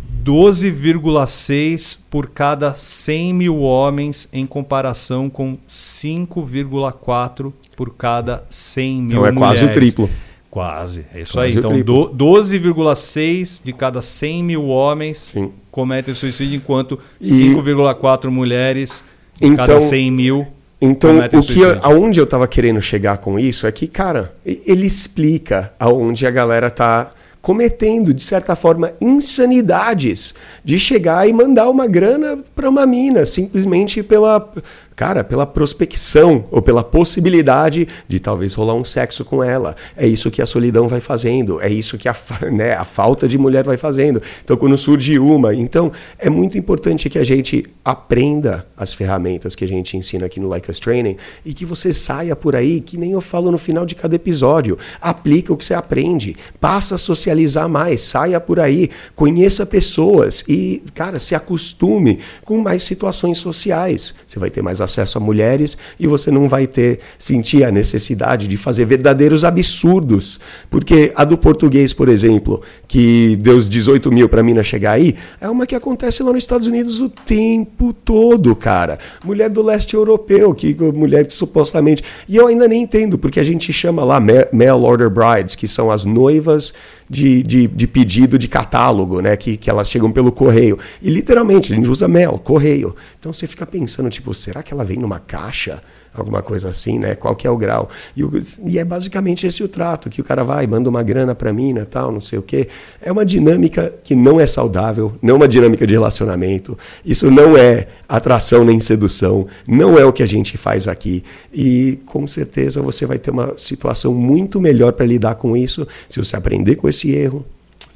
12,6 por cada 100 mil homens, em comparação com 5,4 por cada 100 mil mulheres. Então é quase o triplo. Quase, é isso aí. Então 12,6 de cada 100 mil homens cometem suicídio, enquanto 5,4 mulheres de cada 100 mil. Então, aonde eu estava querendo chegar com isso é que, cara, ele explica aonde a galera tá cometendo, de certa forma, insanidades de chegar e mandar uma grana para uma mina, simplesmente pela prospecção ou pela possibilidade de talvez rolar um sexo com ela. É isso que a solidão vai fazendo, é isso que a falta de mulher vai fazendo. Então, quando surge então é muito importante que a gente aprenda as ferramentas que a gente ensina aqui no Like Us Training e que você saia por aí, que nem eu falo no final de cada episódio, aplica o que você aprende, passa a socializar mais, saia por aí, conheça pessoas e, cara, se acostume com mais situações sociais. Você vai ter mais acesso a mulheres e você não vai sentir a necessidade de fazer verdadeiros absurdos. Porque a do português, por exemplo, que deu os 18 mil pra mina chegar aí, é uma que acontece lá nos Estados Unidos o tempo todo, cara. Mulher do leste europeu, mulher que supostamente... E eu ainda nem entendo, porque a gente chama lá mail order brides, que são as noivas de pedido de catálogo, né? Que elas chegam pelo correio. E literalmente, a gente usa mail, correio. Então você fica pensando, tipo, será que ela vem numa caixa? Alguma coisa assim, né? Qual que é o grau? E é basicamente esse o trato, que o cara vai, manda uma grana pra mina, tal, não sei o quê. É uma dinâmica que não é saudável, não é uma dinâmica de relacionamento. Isso não é atração nem sedução, não é o que a gente faz aqui. E com certeza você vai ter uma situação muito melhor para lidar com isso se você aprender com esse erro,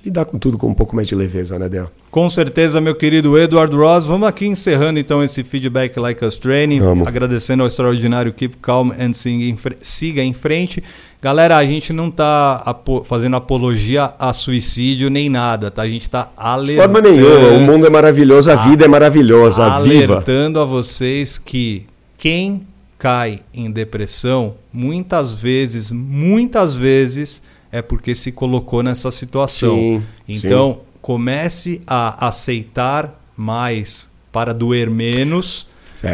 lidar com tudo com um pouco mais de leveza, né, Del? Com certeza, meu querido Edward Ross. Vamos aqui encerrando então esse Feedback Like Us Training. Agradecendo ao extraordinário Keep Calm and siga em frente. Galera, a gente não tá fazendo apologia a suicídio nem nada, tá? A gente tá alertando... De forma nenhuma, o mundo é maravilhoso, a vida é maravilhosa, alertando a vocês que quem cai em depressão, muitas vezes, é porque se colocou nessa situação. Sim, então, comece a aceitar mais para doer menos.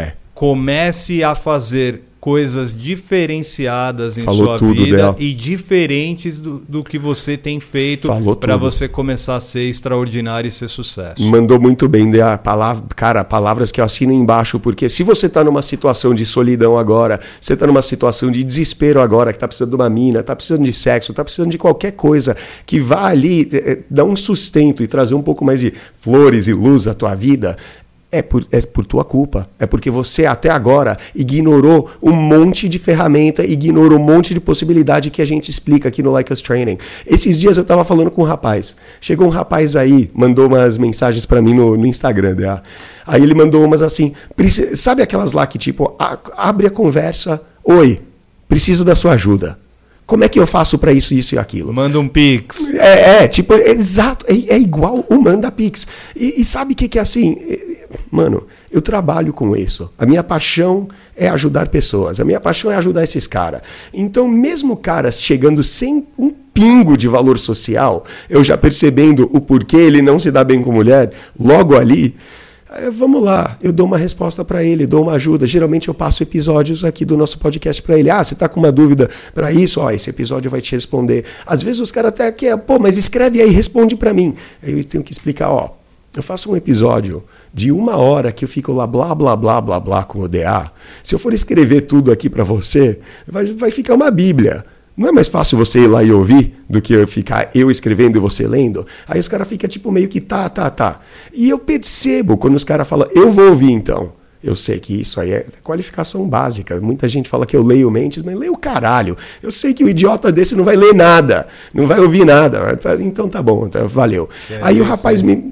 Comece a fazer coisas diferenciadas em sua vida e diferentes do que você tem feito para você começar a ser extraordinário e ser sucesso. Mandou muito bem, Dea. Palavras que eu assino embaixo, porque se você está numa situação de solidão agora, você está numa situação de desespero agora, que está precisando de uma mina, está precisando de sexo, está precisando de qualquer coisa que vá ali dar um sustento e trazer um pouco mais de flores e luz à tua vida, é por tua culpa. É porque você até agora ignorou um monte de ferramenta, ignorou um monte de possibilidade que a gente explica aqui no Like Us Training. Esses dias eu tava falando com um rapaz. Chegou um rapaz aí, mandou umas mensagens pra mim no Instagram. Né? Aí ele mandou umas assim, sabe aquelas lá que tipo, abre a conversa, oi, preciso da sua ajuda. Como é que eu faço para isso e aquilo? Manda um Pix. Tipo, exato, é igual o Manda Pix. E sabe o que é assim? Mano, eu trabalho com isso. A minha paixão é ajudar pessoas. A minha paixão é ajudar esses caras. Então, mesmo caras chegando sem um pingo de valor social, eu já percebendo o porquê ele não se dá bem com mulher, logo ali... Vamos lá, eu dou uma resposta para ele, dou uma ajuda. Geralmente eu passo episódios aqui do nosso podcast para ele. Você tá com uma dúvida para isso? Esse episódio vai te responder. Às vezes os caras até querem, mas escreve aí, responde para mim. Aí eu tenho que explicar, eu faço um episódio de 1 hora que eu fico lá blá, blá, blá, blá, blá com o DA. Se eu for escrever tudo aqui para você, vai ficar uma bíblia. Não é mais fácil você ir lá e ouvir do que ficar eu escrevendo e você lendo? Aí os caras ficam tipo meio que tá. E eu percebo quando os caras falam, eu vou ouvir então. Eu sei que isso aí é qualificação básica. Muita gente fala que eu leio mentes, mas leio o caralho. Eu sei que o idiota desse não vai ler nada, não vai ouvir nada. Então tá bom, valeu. Aí o rapaz me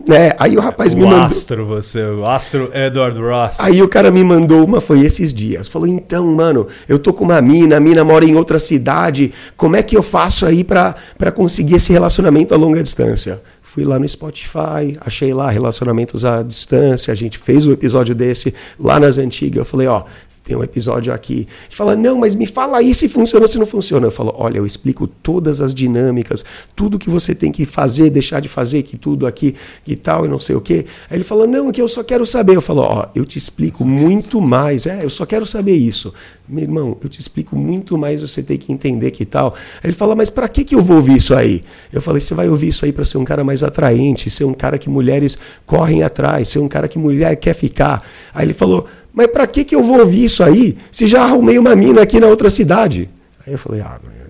mandou... O astro Edward Ross. Aí o cara me mandou uma, foi esses dias. Falou, então, mano, eu tô com uma mina, a mina mora em outra cidade. Como é que eu faço aí pra conseguir esse relacionamento a longa distância? Fui lá no Spotify, achei lá relacionamentos à distância, a gente fez um episódio desse lá nas antigas. Eu falei, tem um episódio aqui. Ele fala, não, mas me fala aí se funciona ou se não funciona. Eu falo, olha, eu explico todas as dinâmicas, tudo que você tem que fazer, deixar de fazer, que tudo aqui e tal, e não sei o quê. Aí ele fala, não, que eu só quero saber. Eu falo, eu te explico muito mais. Eu só quero saber isso. Meu irmão, eu te explico muito mais, você tem que entender que tal. Aí ele fala, mas pra que eu vou ouvir isso aí? Eu falei, você vai ouvir isso aí pra ser um cara mais atraente, ser um cara que mulheres correm atrás, ser um cara que mulher quer ficar. Aí ele falou, mas pra que eu vou ouvir isso aí se já arrumei uma mina aqui na outra cidade? Aí eu falei,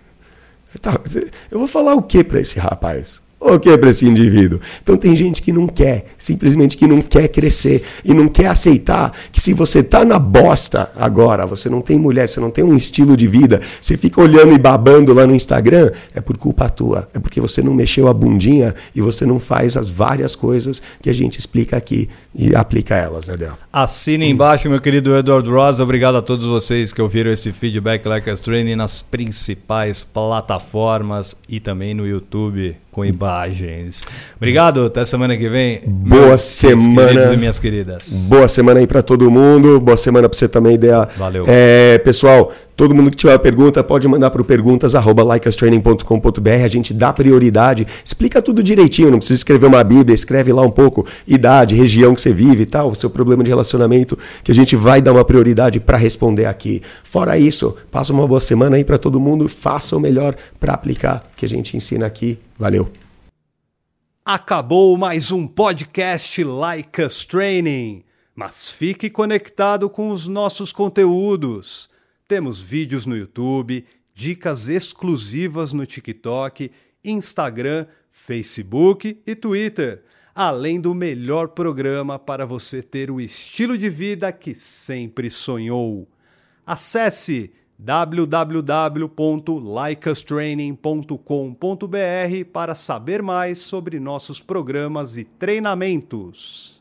eu vou falar o que pra esse rapaz? O que para esse indivíduo? Então tem gente que não quer, simplesmente que não quer crescer e não quer aceitar que se você tá na bosta agora, você não tem mulher, você não tem um estilo de vida, você fica olhando e babando lá no Instagram, é por culpa tua, é porque você não mexeu a bundinha e você não faz as várias coisas que a gente explica aqui e aplica elas, né, Del? Assina embaixo, meu querido Edward Ross. Obrigado a todos vocês que ouviram esse Feedback Like Us Training nas principais plataformas e também no YouTube com imagens. Obrigado, até semana que vem. Boa semana. E minhas queridas. Boa semana aí pra todo mundo. Boa semana pra você também, Dea. Valeu. Pessoal, todo mundo que tiver uma pergunta pode mandar pro perguntas@likeustraining.com.br. A gente dá prioridade. Explica tudo direitinho. Não precisa escrever uma bíblia. Escreve lá um pouco idade, região que você vive e tal, seu problema de relacionamento, que a gente vai dar uma prioridade para responder aqui. Fora isso, passa uma boa semana aí para todo mundo. Faça o melhor para aplicar o que a gente ensina aqui. Valeu. Acabou mais um podcast Like Us Training, mas fique conectado com os nossos conteúdos. Temos vídeos no YouTube, dicas exclusivas no TikTok, Instagram, Facebook e Twitter, além do melhor programa para você ter o estilo de vida que sempre sonhou. Acesse www.likeustraining.com.br para saber mais sobre nossos programas e treinamentos.